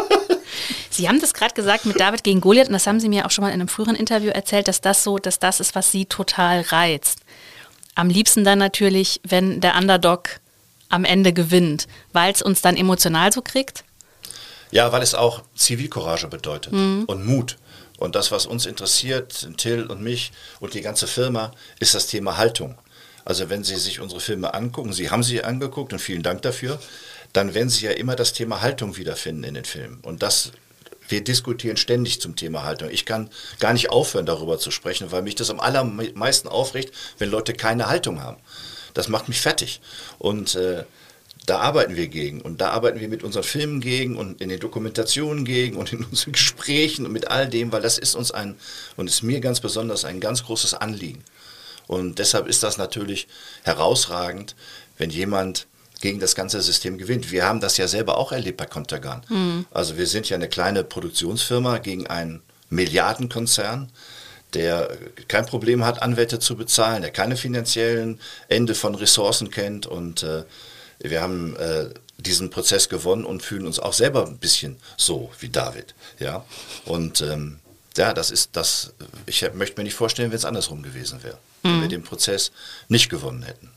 [SPEAKER 3] Sie haben das gerade gesagt mit David gegen Goliath und das haben Sie mir auch schon mal in einem früheren Interview erzählt, dass das so, dass das ist, was Sie total reizt. Am liebsten dann natürlich, wenn der Underdog am Ende gewinnt, weil es uns dann emotional so kriegt?
[SPEAKER 1] Ja, weil es auch Zivilcourage bedeutet mhm. und Mut. Und das, was uns interessiert, Till und mich und die ganze Firma, ist das Thema Haltung. Also wenn Sie sich unsere Filme angucken, Sie haben sie angeguckt und vielen Dank dafür, dann werden Sie ja immer das Thema Haltung wiederfinden in den Filmen. Und das, wir diskutieren ständig zum Thema Haltung. Ich kann gar nicht aufhören, darüber zu sprechen, weil mich das am allermeisten aufregt, wenn Leute keine Haltung haben. Das macht mich fertig. Und äh, da arbeiten wir gegen und da arbeiten wir mit unseren Filmen gegen und in den Dokumentationen gegen und in unseren Gesprächen und mit all dem, weil das ist uns ein, und ist mir ganz besonders ein ganz großes Anliegen. Und deshalb ist das natürlich herausragend, wenn jemand gegen das ganze System gewinnt. Wir haben das ja selber auch erlebt bei Contergan. Mhm. Also wir sind ja eine kleine Produktionsfirma gegen einen Milliardenkonzern, der kein Problem hat, Anwälte zu bezahlen, der keine finanziellen Ende von Ressourcen kennt und äh, wir haben äh, diesen Prozess gewonnen und fühlen uns auch selber ein bisschen so wie David. Ja? Und ähm, ja, das ist das, ich möchte mir nicht vorstellen, wenn es andersrum gewesen wäre, mhm. wenn wir den Prozess nicht gewonnen hätten.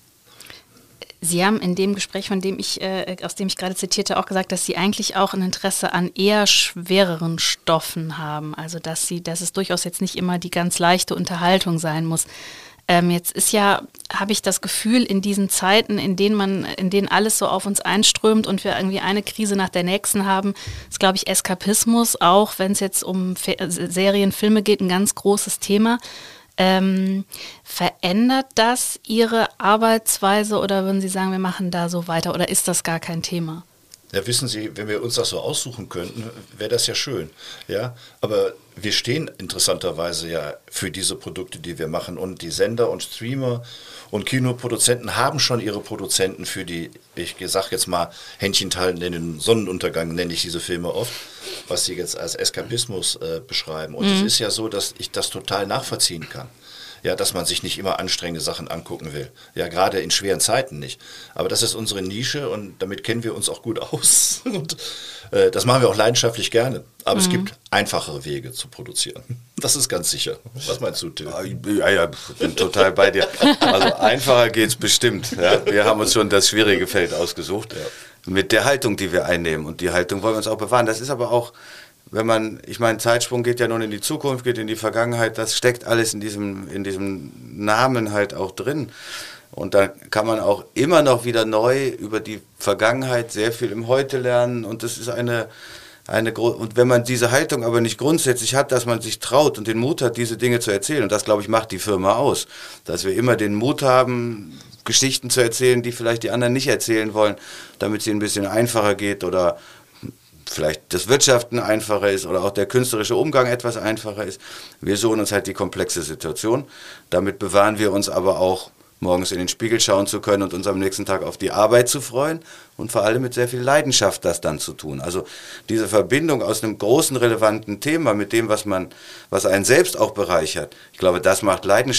[SPEAKER 3] Sie haben in dem Gespräch, von dem ich, äh, aus dem ich gerade zitierte, auch gesagt, dass Sie eigentlich auch ein Interesse an eher schwereren Stoffen haben. Also dass Sie, dass es durchaus jetzt nicht immer die ganz leichte Unterhaltung sein muss. Ähm, jetzt ist ja, habe ich das Gefühl, in diesen Zeiten, in denen man, in denen alles so auf uns einströmt und wir irgendwie eine Krise nach der nächsten haben, ist, glaube ich, Eskapismus, auch wenn es jetzt um Fe- Serien, Filme geht, ein ganz großes Thema. Ähm, verändert das Ihre Arbeitsweise oder würden Sie sagen, wir machen da so weiter oder ist das gar kein Thema?
[SPEAKER 1] Ja, wissen Sie, wenn wir uns das so aussuchen könnten, wäre das ja schön. Ja, aber wir stehen interessanterweise ja für diese Produkte, die wir machen. Und die Sender und Streamer und Kinoproduzenten haben schon ihre Produzenten für die, ich sag jetzt mal, händchenthaltenden Sonnenuntergang, nenne ich diese Filme oft, was sie jetzt als Eskapismus äh, beschreiben. Und mhm. es ist ja so, dass ich das total nachvollziehen kann. Ja, dass man sich nicht immer anstrengende Sachen angucken will. Ja, gerade in schweren Zeiten nicht. Aber das ist unsere Nische und damit kennen wir uns auch gut aus. Und äh, das machen wir auch leidenschaftlich gerne. Aber mhm. es gibt einfachere Wege zu produzieren. Das ist ganz sicher. Was meinst du, Till?
[SPEAKER 4] Ja, ja, ich bin total bei dir. Also einfacher geht es bestimmt. Ja. Wir haben uns schon das schwierige Feld ausgesucht. Ja. Mit der Haltung, die wir einnehmen. Und die Haltung wollen wir uns auch bewahren. Das ist aber auch... Wenn man, ich meine, Zeitsprung geht ja nun in die Zukunft, geht in die Vergangenheit, das steckt alles in diesem, in diesem Namen halt auch drin. Und da kann man auch immer noch wieder neu über die Vergangenheit sehr viel im Heute lernen. Und das ist eine, eine Gro- und wenn man diese Haltung aber nicht grundsätzlich hat, dass man sich traut und den Mut hat, diese Dinge zu erzählen, und das, glaube ich, macht die Firma aus, dass wir immer den Mut haben, Geschichten zu erzählen, die vielleicht die anderen nicht erzählen wollen, damit sie ein bisschen einfacher geht oder vielleicht das Wirtschaften einfacher ist oder auch der künstlerische Umgang etwas einfacher ist. Wir suchen uns halt die komplexe Situation. Damit bewahren wir uns aber auch, morgens in den Spiegel schauen zu können und uns am nächsten Tag auf die Arbeit zu freuen und vor allem mit sehr viel Leidenschaft das dann zu tun. Also diese Verbindung aus einem großen, relevanten Thema mit dem, was man, was einen selbst auch bereichert, ich glaube, das macht Leidenschaft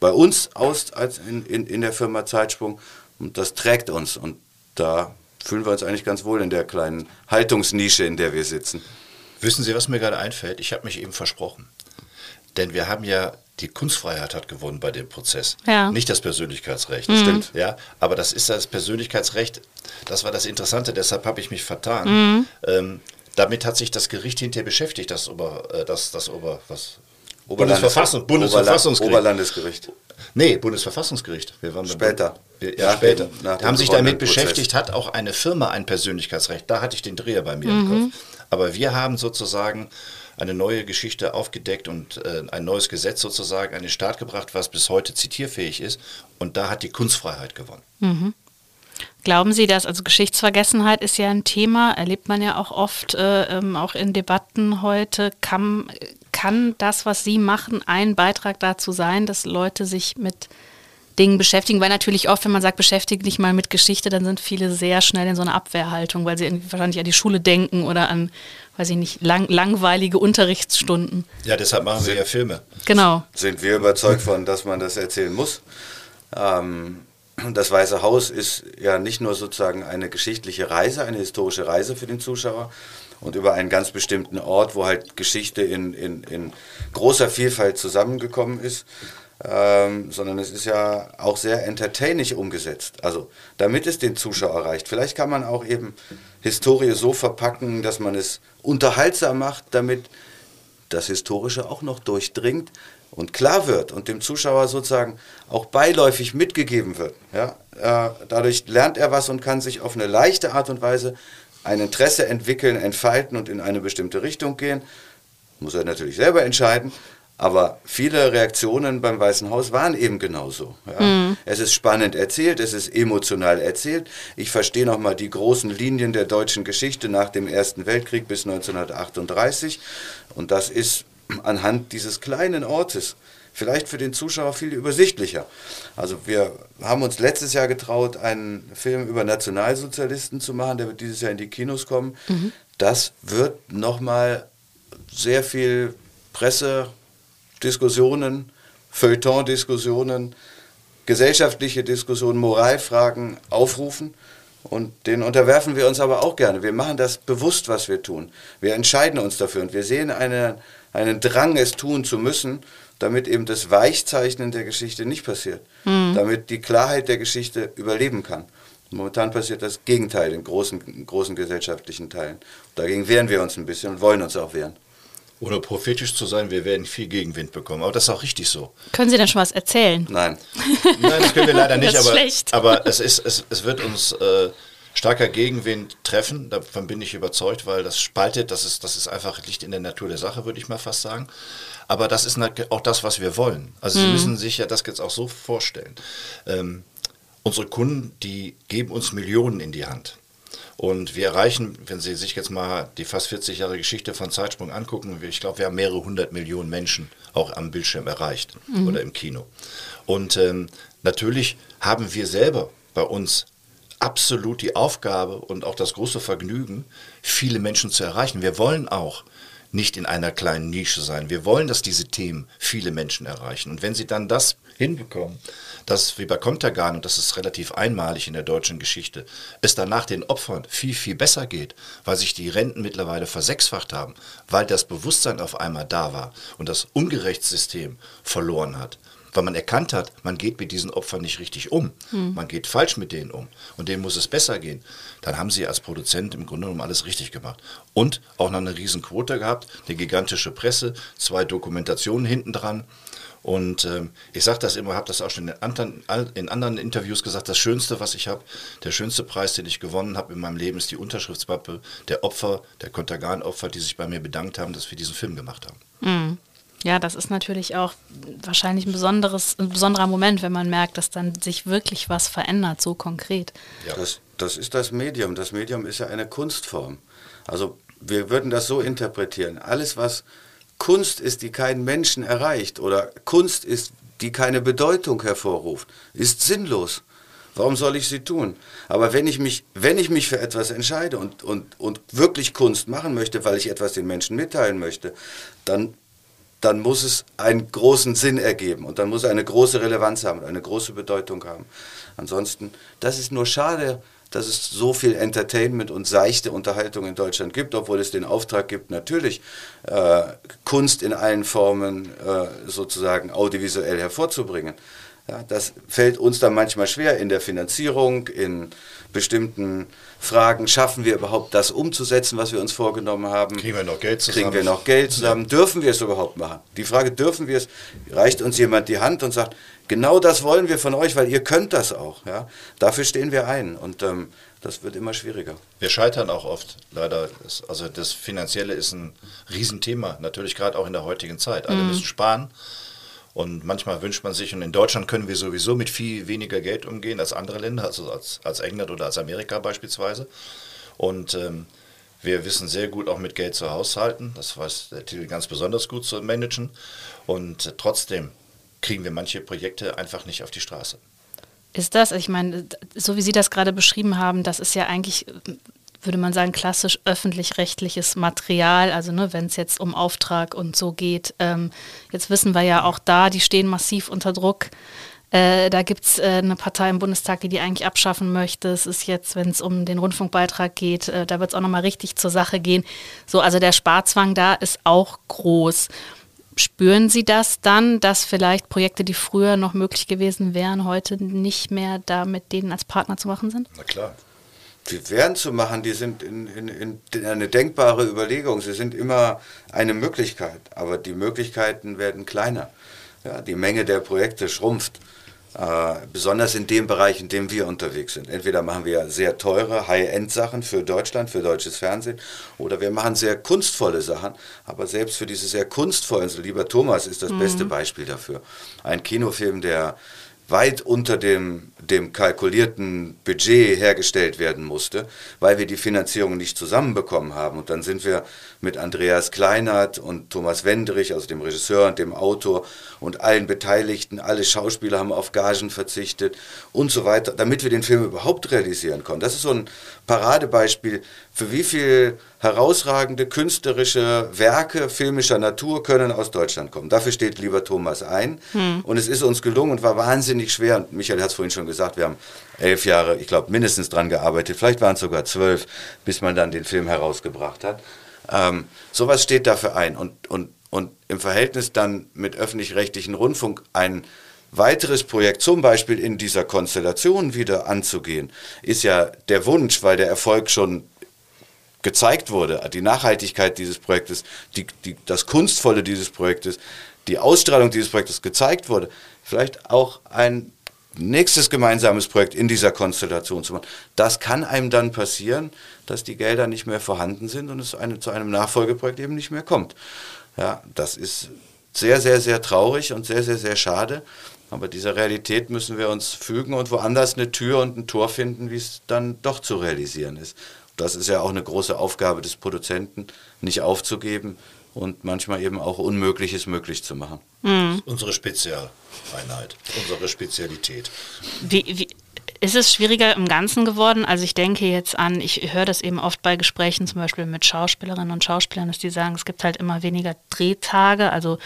[SPEAKER 4] bei uns aus als in, in, in der Firma Zeitsprung und das trägt uns und da fühlen wir uns eigentlich ganz wohl in der kleinen Haltungsnische, in der wir sitzen.
[SPEAKER 1] Wissen Sie, was mir gerade einfällt? Ich habe mich eben versprochen. Denn wir haben ja, die Kunstfreiheit hat gewonnen bei dem Prozess.
[SPEAKER 3] Ja.
[SPEAKER 1] Nicht das Persönlichkeitsrecht.
[SPEAKER 3] Mhm.
[SPEAKER 1] Stimmt. Ja, aber das ist das Persönlichkeitsrecht, das war das Interessante, deshalb habe ich mich vertan.
[SPEAKER 3] Mhm.
[SPEAKER 1] Ähm, damit hat sich das Gericht hinterher beschäftigt, das Ober, äh, das, das Ober, was?
[SPEAKER 4] Oberlandes-
[SPEAKER 1] Bundesverfassung, Bundesverfassungsgericht.
[SPEAKER 4] Oberlandesgericht.
[SPEAKER 1] Nee, Bundesverfassungsgericht. Wir waren
[SPEAKER 4] Später.
[SPEAKER 1] Wir, ja,
[SPEAKER 4] Ja,
[SPEAKER 1] später.
[SPEAKER 4] nach
[SPEAKER 1] Die
[SPEAKER 4] dem
[SPEAKER 1] haben sich damit
[SPEAKER 4] gewonnenen Prozess.
[SPEAKER 1] beschäftigt, hat auch eine Firma ein Persönlichkeitsrecht. Da hatte ich den Dreher bei mir im Kopf. Aber wir haben sozusagen eine neue Geschichte aufgedeckt und äh, ein neues Gesetz sozusagen an den Start gebracht, was bis heute zitierfähig ist. Und da hat die Kunstfreiheit gewonnen.
[SPEAKER 3] Mhm. Glauben Sie, dass, also Geschichtsvergessenheit ist ja ein Thema, erlebt man ja auch oft, äh, ähm, auch in Debatten heute. Kann, kann das, was Sie machen, ein Beitrag dazu sein, dass Leute sich mit Dingen beschäftigen? Weil natürlich oft, wenn man sagt, beschäftige dich mal mit Geschichte, dann sind viele sehr schnell in so einer Abwehrhaltung, weil sie irgendwie wahrscheinlich an die Schule denken oder an, weiß ich nicht, lang, langweilige Unterrichtsstunden.
[SPEAKER 1] Ja, deshalb machen wir ja Filme.
[SPEAKER 3] Genau.
[SPEAKER 4] Sind wir überzeugt von, dass man das erzählen muss. Ähm, das Weiße Haus ist ja nicht nur sozusagen eine geschichtliche Reise, eine historische Reise für den Zuschauer und über einen ganz bestimmten Ort, wo halt Geschichte in, in, in großer Vielfalt zusammengekommen ist, ähm, sondern es ist ja auch sehr entertaining umgesetzt. Also damit es den Zuschauer erreicht. Vielleicht kann man auch eben Historie so verpacken, dass man es unterhaltsam macht, damit das Historische auch noch durchdringt und klar wird und dem Zuschauer sozusagen auch beiläufig mitgegeben wird. Ja? Äh, dadurch lernt er was und kann sich auf eine leichte Art und Weise ein Interesse entwickeln, entfalten und in eine bestimmte Richtung gehen. Muss er natürlich selber entscheiden, aber viele Reaktionen beim Weißen Haus waren eben genauso. Ja? Mhm. Es ist spannend erzählt, es ist emotional erzählt. Ich verstehe nochmal die großen Linien der deutschen Geschichte nach dem Ersten Weltkrieg bis neunzehnhundertachtunddreißig und das ist anhand dieses kleinen Ortes vielleicht für den Zuschauer viel übersichtlicher. Also wir haben uns letztes Jahr getraut, einen Film über Nationalsozialisten zu machen, der wird dieses Jahr in die Kinos kommen. Mhm. Das wird nochmal sehr viel Pressediskussionen, Feuilleton-Diskussionen, gesellschaftliche Diskussionen, Moralfragen aufrufen. Und denen unterwerfen wir uns aber auch gerne. Wir machen das bewusst, was wir tun. Wir entscheiden uns dafür und wir sehen eine, einen Drang, es tun zu müssen, damit eben das Weichzeichnen der Geschichte nicht passiert. Mhm. Damit die Klarheit der Geschichte überleben kann. Momentan passiert das Gegenteil in großen, in großen gesellschaftlichen Teilen. Dagegen wehren wir uns ein bisschen und wollen uns auch wehren.
[SPEAKER 1] Ohne prophetisch zu sein, wir werden viel Gegenwind bekommen. Aber das ist auch richtig so.
[SPEAKER 3] Können Sie denn schon was erzählen?
[SPEAKER 4] Nein.
[SPEAKER 1] Nein, das können wir leider nicht.
[SPEAKER 3] Das ist
[SPEAKER 1] aber,
[SPEAKER 3] schlecht.
[SPEAKER 1] aber es, ist, es, es wird uns äh, starker Gegenwind treffen. Davon bin ich überzeugt, weil das spaltet. Das ist, das ist einfach, liegt in der Natur der Sache, würde ich mal fast sagen. Aber das ist auch das, was wir wollen. Also mhm. Sie müssen sich ja das jetzt auch so vorstellen. Ähm, unsere Kunden, die geben uns Millionen in die Hand. Und wir erreichen, wenn Sie sich jetzt mal die fast vierzig Jahre Geschichte von Zeitsprung angucken, ich glaube, wir haben mehrere hundert Millionen Menschen auch am Bildschirm erreicht mhm. oder im Kino. Und ähm, natürlich haben wir selber bei uns absolut die Aufgabe und auch das große Vergnügen, viele Menschen zu erreichen. Wir wollen auch nicht in einer kleinen Nische sein. Wir wollen, dass diese Themen viele Menschen erreichen. Und wenn Sie dann das hinbekommen, dass wie bei Contergan, und das ist relativ einmalig in der deutschen Geschichte, es danach den Opfern viel, viel besser geht, weil sich die Renten mittlerweile versechsfacht haben, weil das Bewusstsein auf einmal da war und das Ungerechtssystem verloren hat. Weil man erkannt hat, man geht mit diesen Opfern nicht richtig um. Hm. Man geht falsch mit denen um. Und denen muss es besser gehen. Dann haben sie als Produzent im Grunde genommen alles richtig gemacht. Und auch noch eine riesen Quote gehabt, eine gigantische Presse, zwei Dokumentationen hinten dran. Und ähm, ich sage das immer, habe das auch schon in anderen, in anderen Interviews gesagt, das Schönste, was ich habe, der schönste Preis, den ich gewonnen habe in meinem Leben, ist die Unterschriftspappe der Opfer, der Contergan-Opfer, die sich bei mir bedankt haben, dass wir diesen Film gemacht haben.
[SPEAKER 3] Mhm. Ja, das ist natürlich auch wahrscheinlich ein, besonderes, ein besonderer Moment, wenn man merkt, dass dann sich wirklich was verändert, so konkret.
[SPEAKER 4] Ja. Das, das ist das Medium. Das Medium ist ja eine Kunstform. Also wir würden das so interpretieren. Alles, was Kunst ist, die keinen Menschen erreicht oder Kunst ist, die keine Bedeutung hervorruft, ist sinnlos. Warum soll ich sie tun? Aber wenn ich mich, wenn ich mich für etwas entscheide und, und, und wirklich Kunst machen möchte, weil ich etwas den Menschen mitteilen möchte, dann dann muss es einen großen Sinn ergeben und dann muss es eine große Relevanz haben, eine große Bedeutung haben. Ansonsten, das ist nur schade, dass es so viel Entertainment und seichte Unterhaltung in Deutschland gibt, obwohl es den Auftrag gibt, natürlich äh, Kunst in allen Formen äh, sozusagen audiovisuell hervorzubringen. Ja, das fällt uns dann manchmal schwer in der Finanzierung, in bestimmten Fragen. Schaffen wir überhaupt das umzusetzen, was wir uns vorgenommen haben?
[SPEAKER 1] Kriegen wir noch Geld zusammen?
[SPEAKER 4] Kriegen wir noch Geld zusammen? Ja. Dürfen wir es überhaupt machen? Die Frage, dürfen wir es? Reicht uns jemand die Hand und sagt, genau das wollen wir von euch, weil ihr könnt das auch. Ja? Dafür stehen wir ein und ähm, das wird immer schwieriger.
[SPEAKER 1] Wir scheitern auch oft, leider. Also das Finanzielle ist ein Riesenthema, natürlich gerade auch in der heutigen Zeit. Alle mhm. müssen sparen. Und manchmal wünscht man sich, und in Deutschland können wir sowieso mit viel weniger Geld umgehen als andere Länder, also als, als England oder als Amerika beispielsweise. Und ähm, wir wissen sehr gut auch mit Geld zu haushalten. Das weiß der Till ganz besonders gut zu managen. Und äh, trotzdem kriegen wir manche Projekte einfach nicht auf die Straße.
[SPEAKER 3] Ist das, ich meine, so wie Sie das gerade beschrieben haben, das ist ja eigentlich, würde man sagen, klassisch öffentlich-rechtliches Material, also ne, wenn es jetzt um Auftrag und so geht. Ähm, jetzt wissen wir ja auch da, die stehen massiv unter Druck. Äh, da gibt es äh, eine Partei im Bundestag, die die eigentlich abschaffen möchte. Es ist jetzt, wenn es um den Rundfunkbeitrag geht, äh, da wird es auch nochmal richtig zur Sache gehen. So, also der Sparzwang da ist auch groß. Spüren Sie das dann, dass vielleicht Projekte, die früher noch möglich gewesen wären, heute nicht mehr da mit denen als Partner zu machen sind?
[SPEAKER 1] Na klar.
[SPEAKER 4] Die wären zu machen, die sind in, in, in eine denkbare Überlegung. Sie sind immer eine Möglichkeit, aber die Möglichkeiten werden kleiner. Ja, die Menge der Projekte schrumpft, äh, besonders in dem Bereich, in dem wir unterwegs sind. Entweder machen wir sehr teure High-End-Sachen für Deutschland, für deutsches Fernsehen, oder wir machen sehr kunstvolle Sachen. Aber selbst für diese sehr kunstvollen, so lieber Thomas ist das mhm. beste Beispiel dafür. Ein Kinofilm, der weit unter dem, dem kalkulierten Budget hergestellt werden musste, weil wir die Finanzierung nicht zusammenbekommen haben. Und dann sind wir mit Andreas Kleinert und Thomas Wendrich, also dem Regisseur und dem Autor und allen Beteiligten, alle Schauspieler haben auf Gagen verzichtet und so weiter, damit wir den Film überhaupt realisieren konnten. Das ist so ein Paradebeispiel, für wie viel herausragende künstlerische Werke filmischer Natur können aus Deutschland kommen. Dafür steht lieber Thomas ein. Hm. Und es ist uns gelungen und war wahnsinnig schwer. Und Michael hat es vorhin schon gesagt, wir haben elf Jahre, ich glaube, mindestens dran gearbeitet. Vielleicht waren es sogar zwölf, bis man dann den Film herausgebracht hat. Ähm, sowas steht dafür ein. Und, und, und im Verhältnis dann mit öffentlich-rechtlichen Rundfunk ein weiteres Projekt, zum Beispiel in dieser Konstellation wieder anzugehen, ist ja der Wunsch, weil der Erfolg schon gezeigt wurde, die Nachhaltigkeit dieses Projektes, die, die, das Kunstvolle dieses Projektes, die Ausstrahlung dieses Projektes gezeigt wurde, vielleicht auch ein nächstes gemeinsames Projekt in dieser Konstellation zu machen. Das kann einem dann passieren, dass die Gelder nicht mehr vorhanden sind und es eine, zu einem Nachfolgeprojekt eben nicht mehr kommt. Ja, das ist sehr, sehr, sehr traurig und sehr, sehr, sehr schade. Aber dieser Realität müssen wir uns fügen und woanders eine Tür und ein Tor finden, wie es dann doch zu realisieren ist. Das ist ja auch eine große Aufgabe des Produzenten, nicht aufzugeben und manchmal eben auch Unmögliches möglich zu machen.
[SPEAKER 1] Mhm. Unsere Spezialeinheit, unsere Spezialität.
[SPEAKER 3] Wie, wie, ist es schwieriger im Ganzen geworden? Also ich denke jetzt an, ich höre das eben oft bei Gesprächen, zum Beispiel mit Schauspielerinnen und Schauspielern, dass die sagen, es gibt halt immer weniger Drehtage, also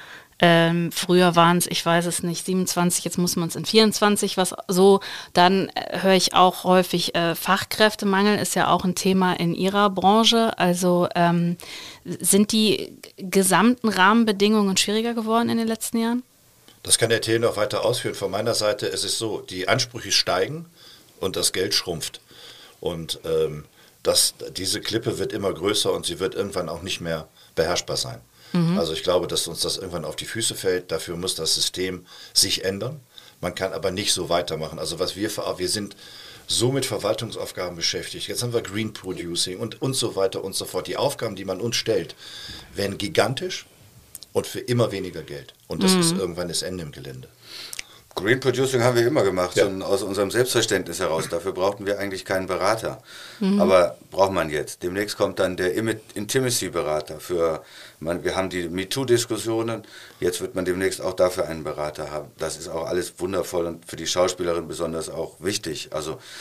[SPEAKER 3] Ähm, früher waren es, ich weiß es nicht, siebenundzwanzig, jetzt muss man es in vierundzwanzig, was so. Dann äh, höre ich auch häufig, äh, Fachkräftemangel ist ja auch ein Thema in Ihrer Branche. Also ähm, sind die gesamten Rahmenbedingungen schwieriger geworden in den letzten Jahren?
[SPEAKER 1] Das kann der Till noch weiter ausführen. Von meiner Seite, es ist so, die Ansprüche steigen und das Geld schrumpft. Und ähm, das, diese Klippe wird immer größer und sie wird irgendwann auch nicht mehr beherrschbar sein. Also ich glaube, dass uns das irgendwann auf die Füße fällt. Dafür muss das System sich ändern. Man kann aber nicht so weitermachen. Also was wir, wir sind so mit Verwaltungsaufgaben beschäftigt. Jetzt haben wir Green Producing und, und so weiter und so fort. Die Aufgaben, die man uns stellt, werden gigantisch und für immer weniger Geld. Und das mhm. ist irgendwann das Ende im Gelände.
[SPEAKER 4] Green Producing haben wir immer gemacht, ja. aus unserem Selbstverständnis heraus. Dafür brauchten wir eigentlich keinen Berater. Mhm. Aber braucht man jetzt. Demnächst kommt dann der Intimacy-Berater. Für, man, wir haben die MeToo-Diskussionen, jetzt wird man demnächst auch dafür einen Berater haben. Das ist auch alles wundervoll und für die Schauspielerin besonders auch wichtig. Also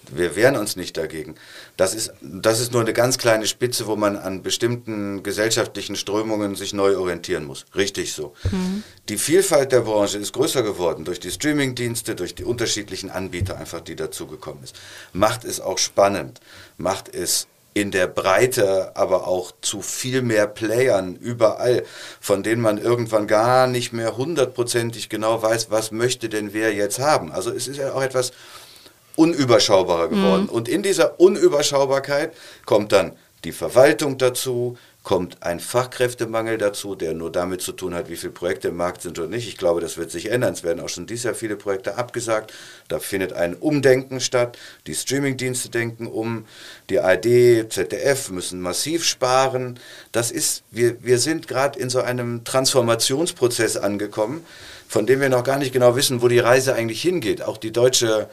[SPEAKER 4] Wir wehren uns nicht dagegen. Das ist, das ist nur eine ganz kleine Spitze, wo man an bestimmten gesellschaftlichen Strömungen sich neu orientieren muss. Richtig so. Mhm. Die Vielfalt der Branche ist größer geworden durch die Streamingdienste, durch die unterschiedlichen Anbieter einfach, die dazugekommen ist. Macht es auch spannend, macht es in der Breite, aber auch zu viel mehr Playern überall, von denen man irgendwann gar nicht mehr hundertprozentig genau weiß, was möchte denn wer jetzt haben. Also es ist ja auch etwas unüberschaubarer geworden. Mhm. Und in dieser Unüberschaubarkeit kommt dann die Verwaltung dazu, kommt ein Fachkräftemangel dazu, der nur damit zu tun hat, wie viele Projekte im Markt sind oder nicht. Ich glaube, das wird sich ändern. Es werden auch schon dieses Jahr viele Projekte abgesagt. Da findet ein Umdenken statt. Die Streamingdienste denken um. Die A R D, Z D F müssen massiv sparen. Das ist, wir, wir sind gerade in so einem Transformationsprozess angekommen, von dem wir noch gar nicht genau wissen, wo die Reise eigentlich hingeht. Auch die deutsche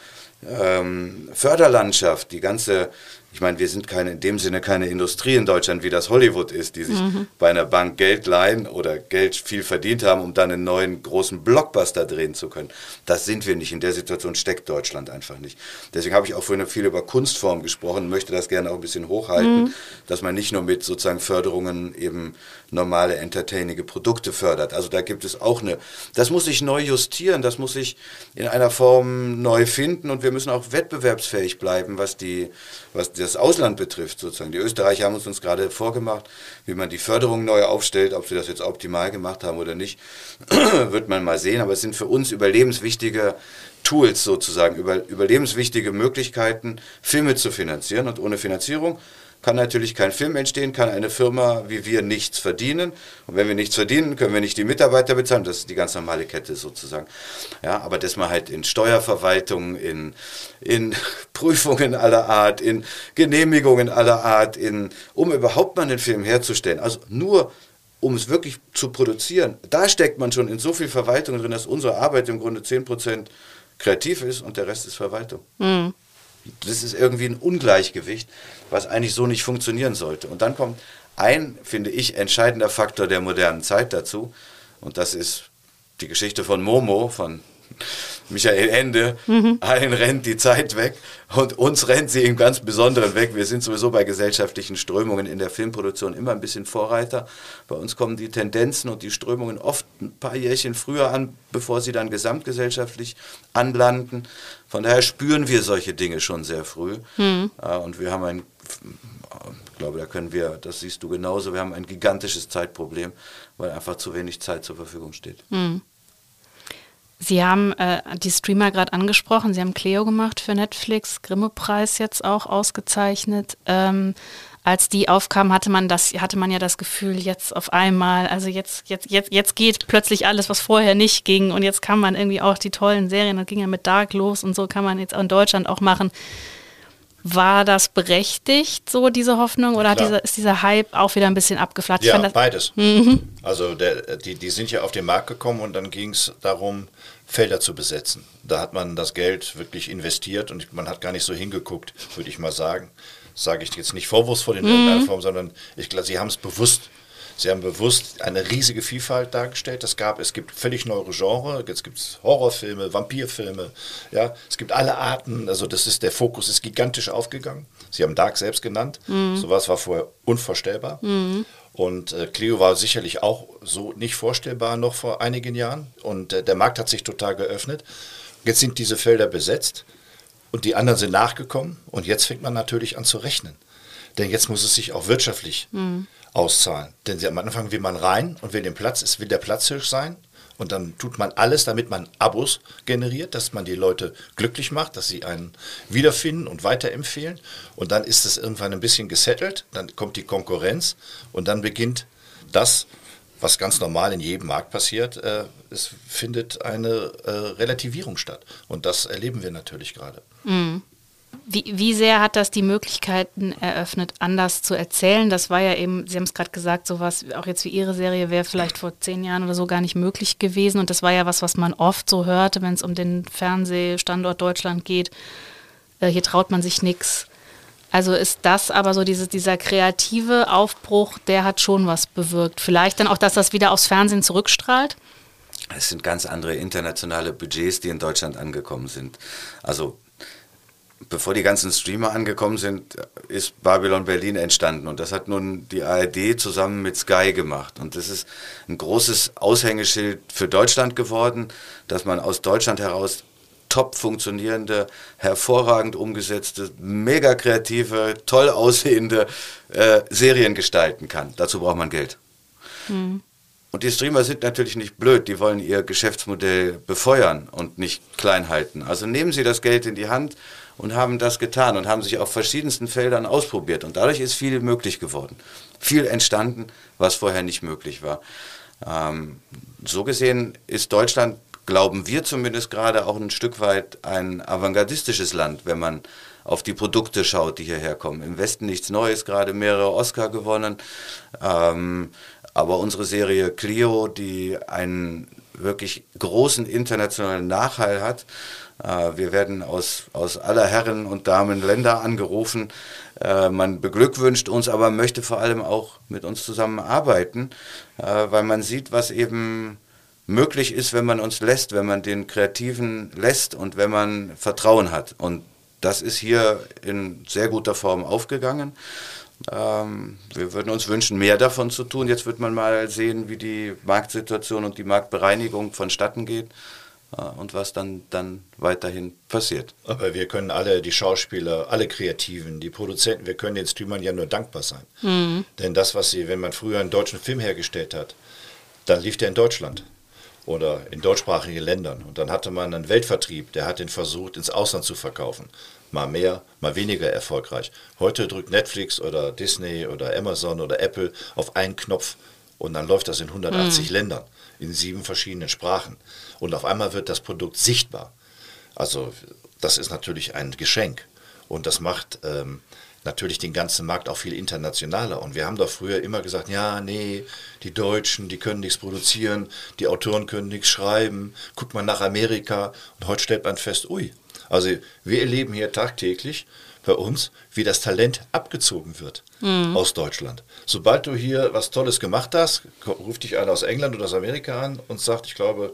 [SPEAKER 4] ähm, Förderlandschaft, die ganze... Ich meine, wir sind keine, in dem Sinne keine Industrie in Deutschland, wie das Hollywood ist, die sich mhm. bei einer Bank Geld leihen oder Geld viel verdient haben, um dann einen neuen großen Blockbuster drehen zu können. Das sind wir nicht. In der Situation steckt Deutschland einfach nicht. Deswegen habe ich auch vorhin viel über Kunstform gesprochen und möchte das gerne auch ein bisschen hochhalten, mhm. dass man nicht nur mit sozusagen Förderungen eben normale, entertainige Produkte fördert. Also da gibt es auch eine, das muss sich neu justieren, das muss sich in einer Form neu finden und wir müssen auch wettbewerbsfähig bleiben, was die, was das Ausland betrifft sozusagen. Die Österreicher haben uns, uns gerade vorgemacht, wie man die Förderung neu aufstellt, ob sie das jetzt optimal gemacht haben oder nicht, wird man mal sehen, aber es sind für uns überlebenswichtige Tools sozusagen, über, überlebenswichtige Möglichkeiten, Filme zu finanzieren und ohne Finanzierung kann natürlich kein Film entstehen, kann eine Firma wie wir nichts verdienen. Und wenn wir nichts verdienen, können wir nicht die Mitarbeiter bezahlen. Das ist die ganz normale Kette sozusagen. Ja, aber dass man halt in Steuerverwaltung, in, in Prüfungen aller Art, in Genehmigungen aller Art, in, um überhaupt mal einen Film herzustellen, also nur um es wirklich zu produzieren, da steckt man schon in so viel Verwaltung drin, dass unsere Arbeit im Grunde zehn Prozent kreativ ist und der Rest ist Verwaltung. Mhm. Das ist irgendwie ein Ungleichgewicht, was eigentlich so nicht funktionieren sollte. Und dann kommt ein, finde ich, entscheidender Faktor der modernen Zeit dazu. Und das ist die Geschichte von Momo, von Michael Ende. Mhm. Allen rennt die Zeit weg und uns rennt sie im ganz Besonderen weg. Wir sind sowieso bei gesellschaftlichen Strömungen in der Filmproduktion immer ein bisschen Vorreiter. Bei uns kommen die Tendenzen und die Strömungen oft ein paar Jährchen früher an, bevor sie dann gesamtgesellschaftlich anlanden. Von daher spüren wir solche Dinge schon sehr früh. Mhm. Und wir haben ein, ich glaube, da können wir, das siehst du genauso, wir haben ein gigantisches Zeitproblem, weil einfach zu wenig Zeit zur Verfügung steht.
[SPEAKER 3] Mhm. Sie haben äh, die Streamer gerade angesprochen, Sie haben Cleo gemacht für Netflix, Grimme-Preis jetzt auch ausgezeichnet. Ähm, als die aufkam, hatte man das, hatte man ja das Gefühl, jetzt auf einmal, also jetzt, jetzt, jetzt, jetzt geht plötzlich alles, was vorher nicht ging und jetzt kann man irgendwie auch die tollen Serien, das ging ja mit Dark los und so kann man jetzt auch in Deutschland auch machen. War das berechtigt, so diese Hoffnung, oder hat dieser, ist dieser Hype auch wieder ein bisschen abgeflacht?
[SPEAKER 1] Ja, beides. Mhm. Also der, die, die sind ja auf den Markt gekommen und dann ging es darum, Felder zu besetzen. Da hat man das Geld wirklich investiert und man hat gar nicht so hingeguckt, würde ich mal sagen. Das sage ich jetzt nicht vorwurfsvoll in irgendeiner mhm. Form, sondern ich glaube, sie haben es bewusst. Sie haben bewusst eine riesige Vielfalt dargestellt. Es gab, es gibt völlig neue Genres. Jetzt gibt es Horrorfilme, Vampirfilme. Ja, es gibt alle Arten. Also das ist, der Fokus ist gigantisch aufgegangen. Sie haben Dark selbst genannt. Mhm. Sowas war vorher unvorstellbar. Mhm. Und äh, Cleo war sicherlich auch so nicht vorstellbar noch vor einigen Jahren. Und äh, der Markt hat sich total geöffnet. Jetzt sind diese Felder besetzt und die anderen sind nachgekommen. Und jetzt fängt man natürlich an zu rechnen. Denn jetzt muss es sich auch wirtschaftlich mhm. auszahlen. Denn am Anfang will man rein und will den Platz, es will der Platzhirsch sein. Und dann tut man alles, damit man Abos generiert, dass man die Leute glücklich macht, dass sie einen wiederfinden und weiterempfehlen. Und dann ist es irgendwann ein bisschen gesettelt, dann kommt die Konkurrenz und dann beginnt das, was ganz normal in jedem Markt passiert. Äh, es findet eine äh, Relativierung statt. Und das erleben wir natürlich gerade.
[SPEAKER 3] Mhm. Wie, wie sehr hat das die Möglichkeiten eröffnet, anders zu erzählen? Das war ja eben, Sie haben es gerade gesagt, sowas, auch jetzt wie Ihre Serie, wäre vielleicht vor zehn Jahren oder so gar nicht möglich gewesen. Und das war ja was, was man oft so hörte, wenn es um den Fernsehstandort Deutschland geht. Äh, hier traut man sich nichts. Also ist das aber so diese, dieser kreative Aufbruch, der hat schon was bewirkt. Vielleicht dann auch, dass das wieder aufs Fernsehen zurückstrahlt?
[SPEAKER 4] Es sind ganz andere internationale Budgets, die in Deutschland angekommen sind. Also bevor die ganzen Streamer angekommen sind, ist Babylon Berlin entstanden. Und das hat nun die A R D zusammen mit Sky gemacht. Und das ist ein großes Aushängeschild für Deutschland geworden, dass man aus Deutschland heraus top funktionierende, hervorragend umgesetzte, mega kreative, toll aussehende äh, Serien gestalten kann. Dazu braucht man Geld. Mhm. Und die Streamer sind natürlich nicht blöd, die wollen ihr Geschäftsmodell befeuern und nicht klein halten. Also nehmen sie das Geld in die Hand und haben das getan und haben sich auf verschiedensten Feldern ausprobiert. Und dadurch ist viel möglich geworden. Viel entstanden, was vorher nicht möglich war. Ähm, so gesehen ist Deutschland, glauben wir zumindest gerade, auch ein Stück weit ein avantgardistisches Land, wenn man auf die Produkte schaut, die hierher kommen. Im Westen nichts Neues, gerade mehrere Oscar gewonnen. Ähm, aber unsere Serie Clio, die einen wirklich großen internationalen Nachhall hat, äh, wir werden aus, aus aller Herren und Damen Länder angerufen. Äh, man beglückwünscht uns, aber möchte vor allem auch mit uns zusammenarbeiten, äh, weil man sieht, was eben möglich ist, wenn man uns lässt, wenn man den Kreativen lässt und wenn man Vertrauen hat. Und das ist hier in sehr guter Form aufgegangen. Ähm, wir würden uns wünschen, mehr davon zu tun. Jetzt wird man mal sehen, wie die Marktsituation und die Marktbereinigung vonstatten geht äh, und was dann, dann weiterhin passiert.
[SPEAKER 1] Aber wir können alle, die Schauspieler, alle Kreativen, die Produzenten, wir können den Streamern ja nur dankbar sein. Mhm. Denn das, was sie, wenn man früher einen deutschen Film hergestellt hat, dann lief der in Deutschland oder in deutschsprachigen Ländern. Und dann hatte man einen Weltvertrieb, der hat den versucht, ins Ausland zu verkaufen. Mal mehr, mal weniger erfolgreich. Heute drückt Netflix oder Disney oder Amazon oder Apple auf einen Knopf und dann läuft das in hundertachtzig mhm. Ländern, in sieben verschiedenen Sprachen. Und auf einmal wird das Produkt sichtbar. Also das ist natürlich ein Geschenk. Und das macht ähm, natürlich den ganzen Markt auch viel internationaler. Und wir haben doch früher immer gesagt, ja, nee, die Deutschen, die können nichts produzieren, die Autoren können nichts schreiben, guckt mal nach Amerika. Und heute stellt man fest, ui, also wir erleben hier tagtäglich bei uns, wie das Talent abgezogen wird mhm. aus Deutschland. Sobald du hier was Tolles gemacht hast, ruft dich einer aus England oder aus Amerika an und sagt, ich glaube,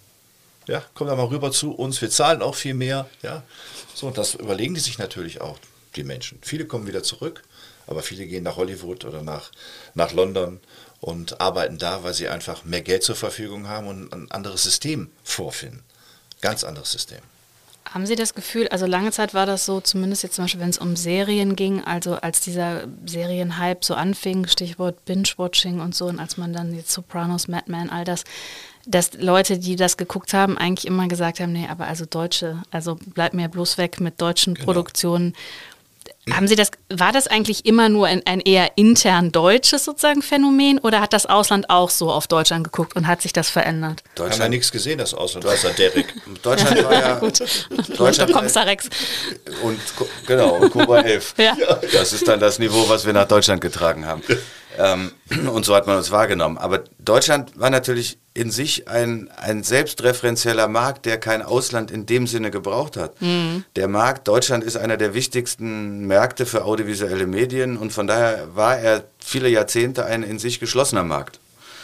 [SPEAKER 1] ja, komm da mal rüber zu uns, wir zahlen auch viel mehr. Ja, so, und das überlegen die sich natürlich auch, die Menschen. Viele kommen wieder zurück, aber viele gehen nach Hollywood oder nach, nach London und arbeiten da, weil sie einfach mehr Geld zur Verfügung haben und ein anderes System vorfinden. Ganz anderes System.
[SPEAKER 3] Haben Sie das Gefühl, also lange Zeit war das so, zumindest jetzt zum Beispiel, wenn es um Serien ging, also als dieser Serienhype so anfing, Stichwort Binge-Watching und so, und als man dann jetzt Sopranos, Mad Men, all das, dass Leute, die das geguckt haben, eigentlich immer gesagt haben, nee, aber also Deutsche, also bleibt mir bloß weg mit deutschen genau. Produktionen. Haben Sie das, war das eigentlich immer nur ein, ein eher intern deutsches sozusagen Phänomen oder hat das Ausland auch so auf Deutschland geguckt und hat sich das verändert?
[SPEAKER 1] Deutschland haben wir nichts gesehen, das Ausland, du hast ja Derek.
[SPEAKER 4] Deutschland war ja...
[SPEAKER 3] Gut.
[SPEAKER 4] Deutschland
[SPEAKER 3] Kommissar Rex.
[SPEAKER 4] Und, genau, und Kuba elf.
[SPEAKER 3] Ja.
[SPEAKER 4] Das ist dann das Niveau, was wir nach Deutschland getragen haben. Ähm, und so hat man uns wahrgenommen. Aber Deutschland war natürlich in sich ein, ein selbstreferenzieller Markt, der kein Ausland in dem Sinne gebraucht hat. Mhm. Der Markt, Deutschland ist einer der wichtigsten Märkte für audiovisuelle Medien und von daher war er viele Jahrzehnte ein in sich geschlossener Markt.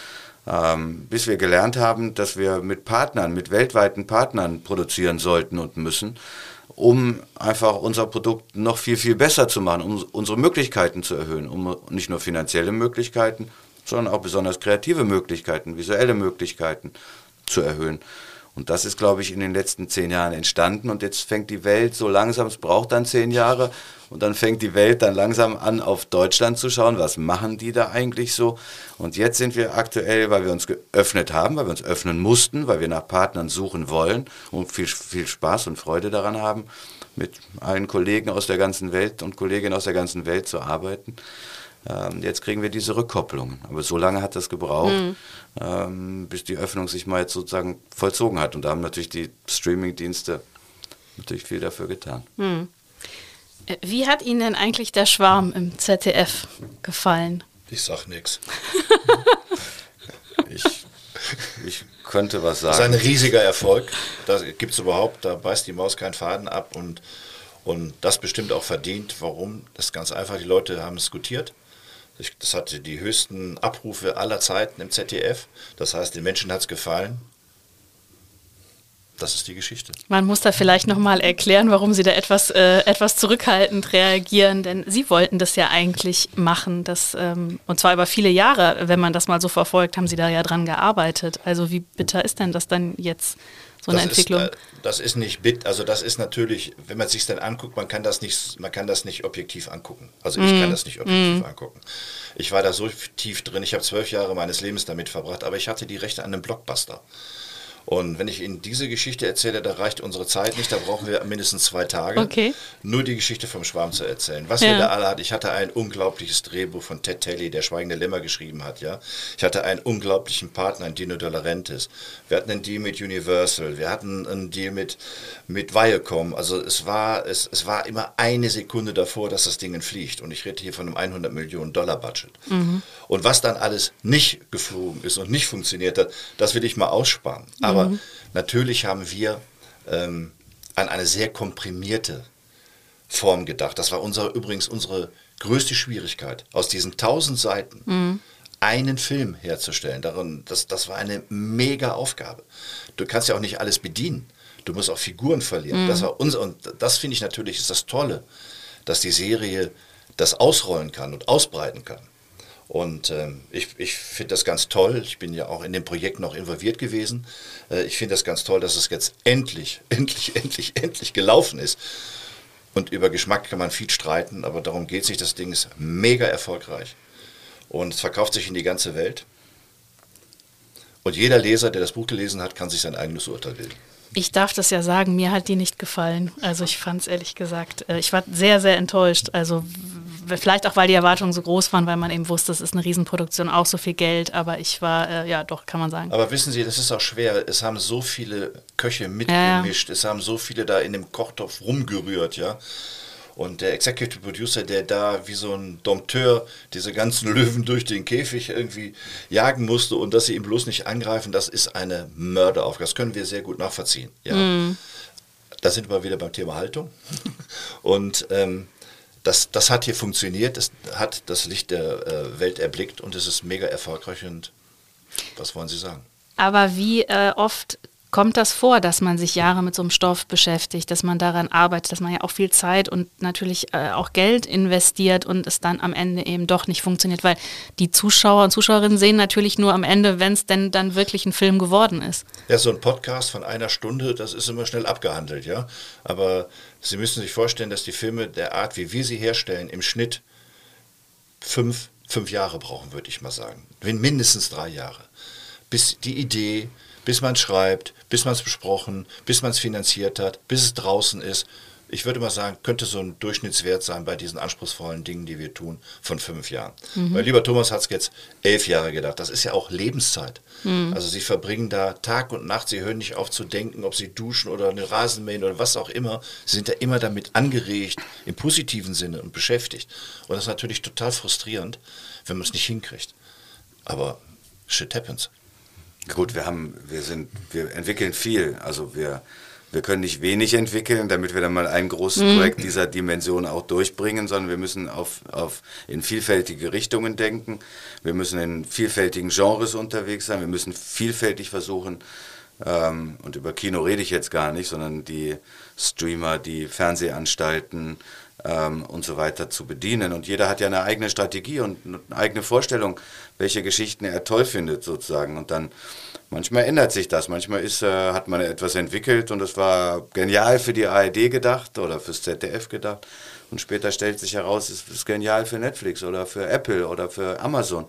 [SPEAKER 4] Ähm, bis wir gelernt haben, dass wir mit Partnern, mit weltweiten Partnern produzieren sollten und müssen, um einfach unser Produkt noch viel, viel besser zu machen, um unsere Möglichkeiten zu erhöhen, um nicht nur finanzielle Möglichkeiten, sondern auch besonders kreative Möglichkeiten, visuelle Möglichkeiten zu erhöhen. Und das ist, glaube ich, in den letzten zehn Jahren entstanden und jetzt fängt die Welt so langsam, es braucht dann zehn Jahre und dann fängt die Welt dann langsam an, auf Deutschland zu schauen, was machen die da eigentlich so. Und jetzt sind wir aktuell, weil wir uns geöffnet haben, weil wir uns öffnen mussten, weil wir nach Partnern suchen wollen und viel, viel Spaß und Freude daran haben, mit allen Kollegen aus der ganzen Welt und Kolleginnen aus der ganzen Welt zu arbeiten. Ähm, jetzt kriegen wir diese Rückkopplungen. Aber so lange hat das gebraucht, mhm. ähm, bis die Öffnung sich mal jetzt sozusagen vollzogen hat. Und da haben natürlich die Streaming-Dienste natürlich viel dafür getan.
[SPEAKER 3] Mhm. Wie hat Ihnen denn eigentlich der Schwarm im Z D F gefallen?
[SPEAKER 1] Ich sag nichts.
[SPEAKER 4] Ich, ich könnte was sagen.
[SPEAKER 1] Das ist ein riesiger Erfolg. Da gibt es überhaupt, da beißt die Maus keinen Faden ab und, und das bestimmt auch verdient. Warum? Das ist ganz einfach, die Leute haben es gutiert. Das hatte die höchsten Abrufe aller Zeiten im Z D F. Das heißt, den Menschen hat es gefallen. das ist die Geschichte.
[SPEAKER 3] Man muss da vielleicht nochmal erklären, warum Sie da etwas, äh, etwas zurückhaltend reagieren, denn Sie wollten das ja eigentlich machen, das, ähm, und zwar über viele Jahre, wenn man das mal so verfolgt, haben Sie da ja dran gearbeitet. Also wie bitter ist denn das dann jetzt, so eine
[SPEAKER 1] das
[SPEAKER 3] Entwicklung?
[SPEAKER 1] Ist, äh, das ist nicht bitter, also das ist natürlich, wenn man es sich dann anguckt, man kann das nicht, man kann das nicht objektiv angucken. Also ich mm. kann das nicht objektiv mm. angucken. Ich war da so tief drin, ich habe zwölf Jahre meines Lebens damit verbracht, aber ich hatte die Rechte an einem Blockbuster. Und wenn ich Ihnen diese Geschichte erzähle, da reicht unsere Zeit nicht, da brauchen wir mindestens zwei Tage,
[SPEAKER 3] okay.
[SPEAKER 1] nur die Geschichte vom Schwarm zu erzählen. Was
[SPEAKER 3] ja.
[SPEAKER 1] wir da alle hatten, ich hatte ein unglaubliches Drehbuch von Ted Talley, der Schweigende Lämmer geschrieben hat. Ja, ich hatte einen unglaublichen Partner, Dino De Laurentiis. Wir hatten einen Deal mit Universal, wir hatten einen Deal mit, mit Viacom. Also es war, es, es war immer eine Sekunde davor, dass das Ding fliegt. Und ich rede hier von einem hundert Millionen Dollar Budget. Mhm. Und was dann alles nicht geflogen ist und nicht funktioniert hat, das will ich mal aussparen. Aber Aber mhm. natürlich haben wir ähm, an eine sehr komprimierte Form gedacht. Das war unser, übrigens unsere größte Schwierigkeit, aus diesen tausend Seiten mhm. einen Film herzustellen. Darin, das, das war eine mega Aufgabe. Du kannst ja auch nicht alles bedienen. Du musst auch Figuren verlieren. Mhm. Das war unser, und das finde ich natürlich ist das Tolle, dass die Serie das ausrollen kann und ausbreiten kann. Und ähm, ich, ich finde das ganz toll, ich bin ja auch in dem Projekt noch involviert gewesen, äh, ich finde das ganz toll, dass es jetzt endlich, endlich, endlich, endlich gelaufen ist. Und über Geschmack kann man viel streiten, aber darum geht es nicht, das Ding ist mega erfolgreich und es verkauft sich in die ganze Welt. Und jeder Leser, der das Buch gelesen hat, kann sich sein eigenes Urteil bilden.
[SPEAKER 3] Ich darf das ja sagen, mir hat die nicht gefallen. Also ich fand es ehrlich gesagt, ich war sehr, sehr enttäuscht. Also vielleicht auch, weil die Erwartungen so groß waren, weil man eben wusste, es ist eine Riesenproduktion, auch so viel Geld. Aber ich war, äh, ja doch, kann man sagen.
[SPEAKER 1] Aber wissen Sie, das ist auch schwer. Es haben so viele Köche mitgemischt. Ja. Es haben so viele da in dem Kochtopf rumgerührt, ja. Und der Executive Producer, der da wie so ein Dompteur diese ganzen Löwen durch den Käfig irgendwie jagen musste und dass sie ihn bloß nicht angreifen, das ist eine Mörderaufgabe. Das können wir sehr gut nachvollziehen. Ja. Mm. Da sind wir wieder beim Thema Haltung. Und ähm, das, das hat hier funktioniert, es hat das Licht der äh, Welt erblickt und es ist mega erfolgreich. Und was wollen Sie sagen?
[SPEAKER 3] Aber wie äh, oft kommt das vor, dass man sich Jahre mit so einem Stoff beschäftigt, dass man daran arbeitet, dass man ja auch viel Zeit und natürlich äh, auch Geld investiert und es dann am Ende eben doch nicht funktioniert, weil die Zuschauer und Zuschauerinnen sehen natürlich nur am Ende, wenn es denn dann wirklich ein Film geworden ist.
[SPEAKER 1] Ja, so ein Podcast von einer Stunde, das ist immer schnell abgehandelt, ja. Aber Sie müssen sich vorstellen, dass die Filme der Art, wie wir sie herstellen, im Schnitt fünf, fünf Jahre brauchen, würde ich mal sagen. Mindestens drei Jahre. Bis die Idee, bis man schreibt, bis man es besprochen, bis man es finanziert hat, bis es draußen ist. Ich würde mal sagen, könnte so ein Durchschnittswert sein bei diesen anspruchsvollen Dingen, die wir tun, von fünf Jahren. Mhm. Weil lieber Thomas hat es jetzt elf Jahre gedacht. Das ist ja auch Lebenszeit. Mhm. Also Sie verbringen da Tag und Nacht, Sie hören nicht auf zu denken, ob Sie duschen oder eine Rasen mähen oder was auch immer. Sie sind da immer damit angeregt, im positiven Sinne und beschäftigt. Und das ist natürlich total frustrierend, wenn man es nicht hinkriegt. Aber shit happens.
[SPEAKER 4] Gut, wir haben, wir sind, wir entwickeln viel. Also wir, wir können nicht wenig entwickeln, damit wir dann mal ein großes mhm. Projekt dieser Dimension auch durchbringen, sondern wir müssen auf, auf in vielfältige Richtungen denken. Wir müssen in vielfältigen Genres unterwegs sein. Wir müssen vielfältig versuchen, ähm, und über Kino rede ich jetzt gar nicht, sondern die Streamer, die Fernsehanstalten ähm, und so weiter zu bedienen. Und jeder hat ja eine eigene Strategie und eine eigene Vorstellung, welche Geschichten er toll findet sozusagen. Und dann manchmal ändert sich das. Manchmal ist, äh, hat man etwas entwickelt und es war genial für die A R D gedacht oder fürs Z D F gedacht. Und später stellt sich heraus, es ist genial für Netflix oder für Apple oder für Amazon.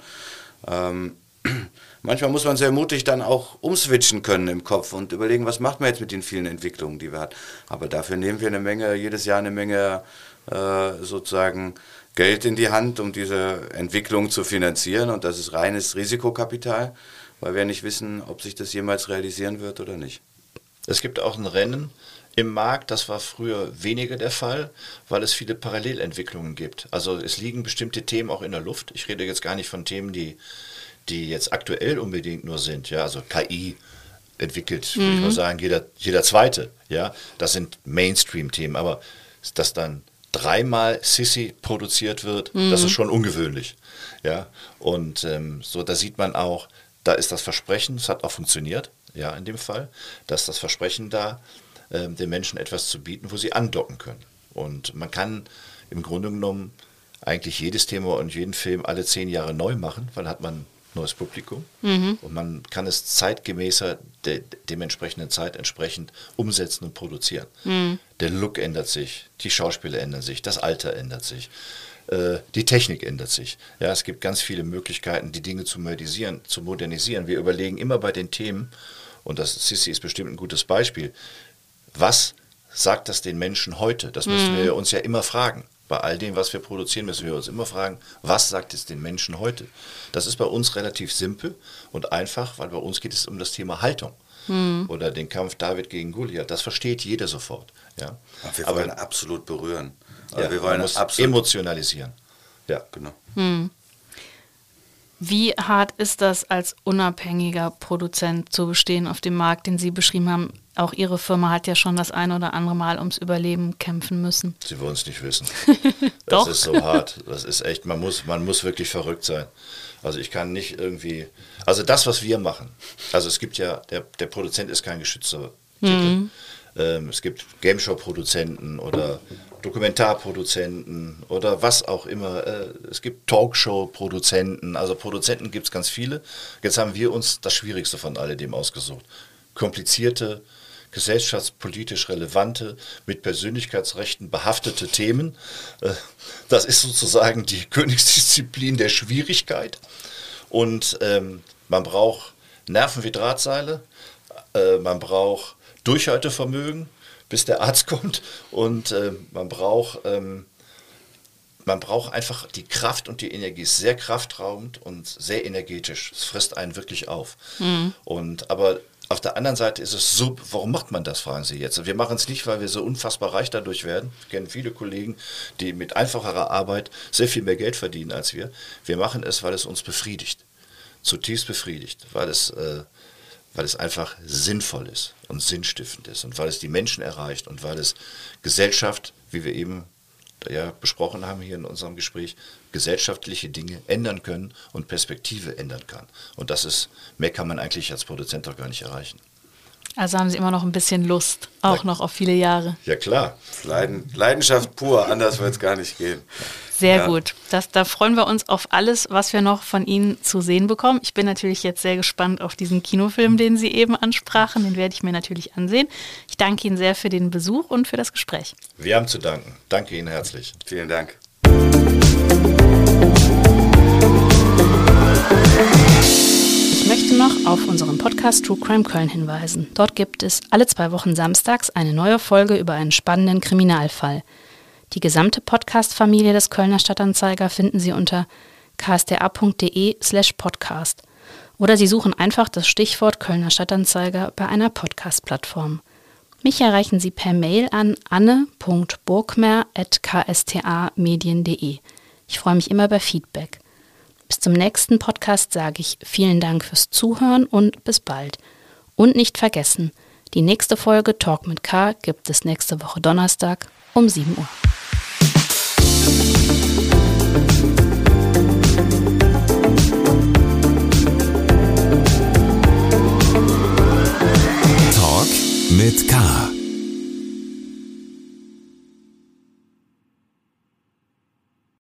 [SPEAKER 4] Ähm, manchmal muss man sehr mutig dann auch umswitchen können im Kopf und überlegen, was macht man jetzt mit den vielen Entwicklungen, die wir haben. Aber dafür nehmen wir eine Menge, jedes Jahr eine Menge äh, sozusagen Geld in die Hand, um diese Entwicklung zu finanzieren. Und das ist reines Risikokapital, weil wir nicht wissen, ob sich das jemals realisieren wird oder nicht.
[SPEAKER 1] Es gibt auch ein Rennen im Markt, das war früher weniger der Fall, weil es viele Parallelentwicklungen gibt. Also es liegen bestimmte Themen auch in der Luft. Ich rede jetzt gar nicht von Themen, die, die jetzt aktuell unbedingt nur sind. Ja, also K I entwickelt, mhm. würde ich mal sagen, jeder, jeder Zweite. Ja, das sind Mainstream-Themen, aber dass dann dreimal Sissi produziert wird, mhm. das ist schon ungewöhnlich. Ja, und ähm, so, da sieht man auch, da ist das Versprechen, es hat auch funktioniert. ja, in dem Fall, dass das Versprechen da, äh, den Menschen etwas zu bieten, wo sie andocken können. Und man kann im Grunde genommen eigentlich jedes Thema und jeden Film alle zehn Jahre neu machen, weil dann hat man neues Publikum mhm. und man kann es zeitgemäßer, de, dem entsprechenden Zeit entsprechend umsetzen und produzieren. Mhm. Der Look ändert sich, die Schauspieler ändern sich, das Alter ändert sich, äh, die Technik ändert sich. Ja, es gibt ganz viele Möglichkeiten, die Dinge zu modernisieren, zu modernisieren. Wir überlegen immer bei den Themen, und das Sissi ist bestimmt ein gutes Beispiel, was sagt das den Menschen heute? Das müssen mhm. wir uns ja immer fragen. Bei all dem, was wir produzieren, müssen wir uns immer fragen, was sagt es den Menschen heute? Das ist bei uns relativ simpel und einfach, weil bei uns geht es um das Thema Haltung. Hm. Oder den Kampf David gegen Goliath. Das versteht jeder sofort. Ja.
[SPEAKER 4] Wir
[SPEAKER 1] Aber,
[SPEAKER 4] wollen absolut berühren.
[SPEAKER 1] Ja, wir wollen muss absolut emotionalisieren. Ja, genau.
[SPEAKER 3] Hm. Wie hart ist das, als unabhängiger Produzent zu bestehen auf dem Markt, den Sie beschrieben haben? Auch Ihre Firma hat ja schon das ein oder andere Mal ums Überleben kämpfen müssen.
[SPEAKER 1] Sie wollen es nicht wissen.
[SPEAKER 3] Doch.
[SPEAKER 1] Das ist so hart. Das ist echt, man muss, man muss wirklich verrückt sein. Also ich kann nicht irgendwie, also das, was wir machen, also es gibt ja, der, der Produzent ist kein geschützter Titel. Mhm. Ähm, es gibt Gameshow-Produzenten oder Dokumentarproduzenten oder was auch immer. Äh, es gibt Talkshow-Produzenten, also Produzenten gibt es ganz viele. Jetzt haben wir uns das Schwierigste von alledem ausgesucht. Komplizierte, gesellschaftspolitisch relevante, mit Persönlichkeitsrechten behaftete Themen. Äh, das ist sozusagen die Königsdisziplin der Schwierigkeit. Und ähm, man braucht Nerven wie Drahtseile, äh, man braucht Durchhaltevermögen, bis der Arzt kommt, und äh, man braucht ähm, man braucht einfach die Kraft und die Energie. Es ist sehr kraftraubend und sehr energetisch. Es frisst einen wirklich auf. Mhm. Und aber auf der anderen Seite ist es so, warum macht man das, fragen Sie jetzt. Wir machen es nicht, weil wir so unfassbar reich dadurch werden. Ich kenne viele Kollegen, die mit einfacherer Arbeit sehr viel mehr Geld verdienen als wir. Wir machen es, weil es uns befriedigt, zutiefst befriedigt, weil es, äh, weil es einfach sinnvoll ist und sinnstiftend ist und weil es die Menschen erreicht und weil es Gesellschaft, wie wir eben ja besprochen haben hier in unserem Gespräch, gesellschaftliche Dinge ändern können und Perspektive ändern kann. Und das ist, mehr kann man eigentlich als Produzent doch gar nicht erreichen.
[SPEAKER 3] Also haben Sie immer noch ein bisschen Lust, auch ja. noch auf viele Jahre.
[SPEAKER 1] Ja, klar.
[SPEAKER 4] Leiden, Leidenschaft pur, anders wird es gar nicht gehen.
[SPEAKER 3] Sehr
[SPEAKER 4] ja.
[SPEAKER 3] gut. Das, da freuen wir uns auf alles, was wir noch von Ihnen zu sehen bekommen. Ich bin natürlich jetzt sehr gespannt auf diesen Kinofilm, den Sie eben ansprachen. Den werde ich mir natürlich ansehen. Ich danke Ihnen sehr für den Besuch und für das Gespräch.
[SPEAKER 1] Wir haben zu danken. Danke Ihnen herzlich.
[SPEAKER 4] Vielen Dank.
[SPEAKER 3] Ich möchte noch auf unseren Podcast True Crime Köln hinweisen. Dort gibt es alle zwei Wochen samstags eine neue Folge über einen spannenden Kriminalfall. Die gesamte Podcast-Familie des Kölner Stadtanzeiger finden Sie unter ksda.de slash podcast. Oder Sie suchen einfach das Stichwort Kölner Stadtanzeiger bei einer Podcast-Plattform. Mich erreichen Sie per Mail an anne punkt burgmer at kstamedien punkt de. Ich freue mich immer über Feedback. Bis zum nächsten Podcast sage ich vielen Dank fürs Zuhören und bis bald. Und nicht vergessen, die nächste Folge Talk mit K gibt es nächste Woche Donnerstag um sieben Uhr.
[SPEAKER 2] Talk mit K.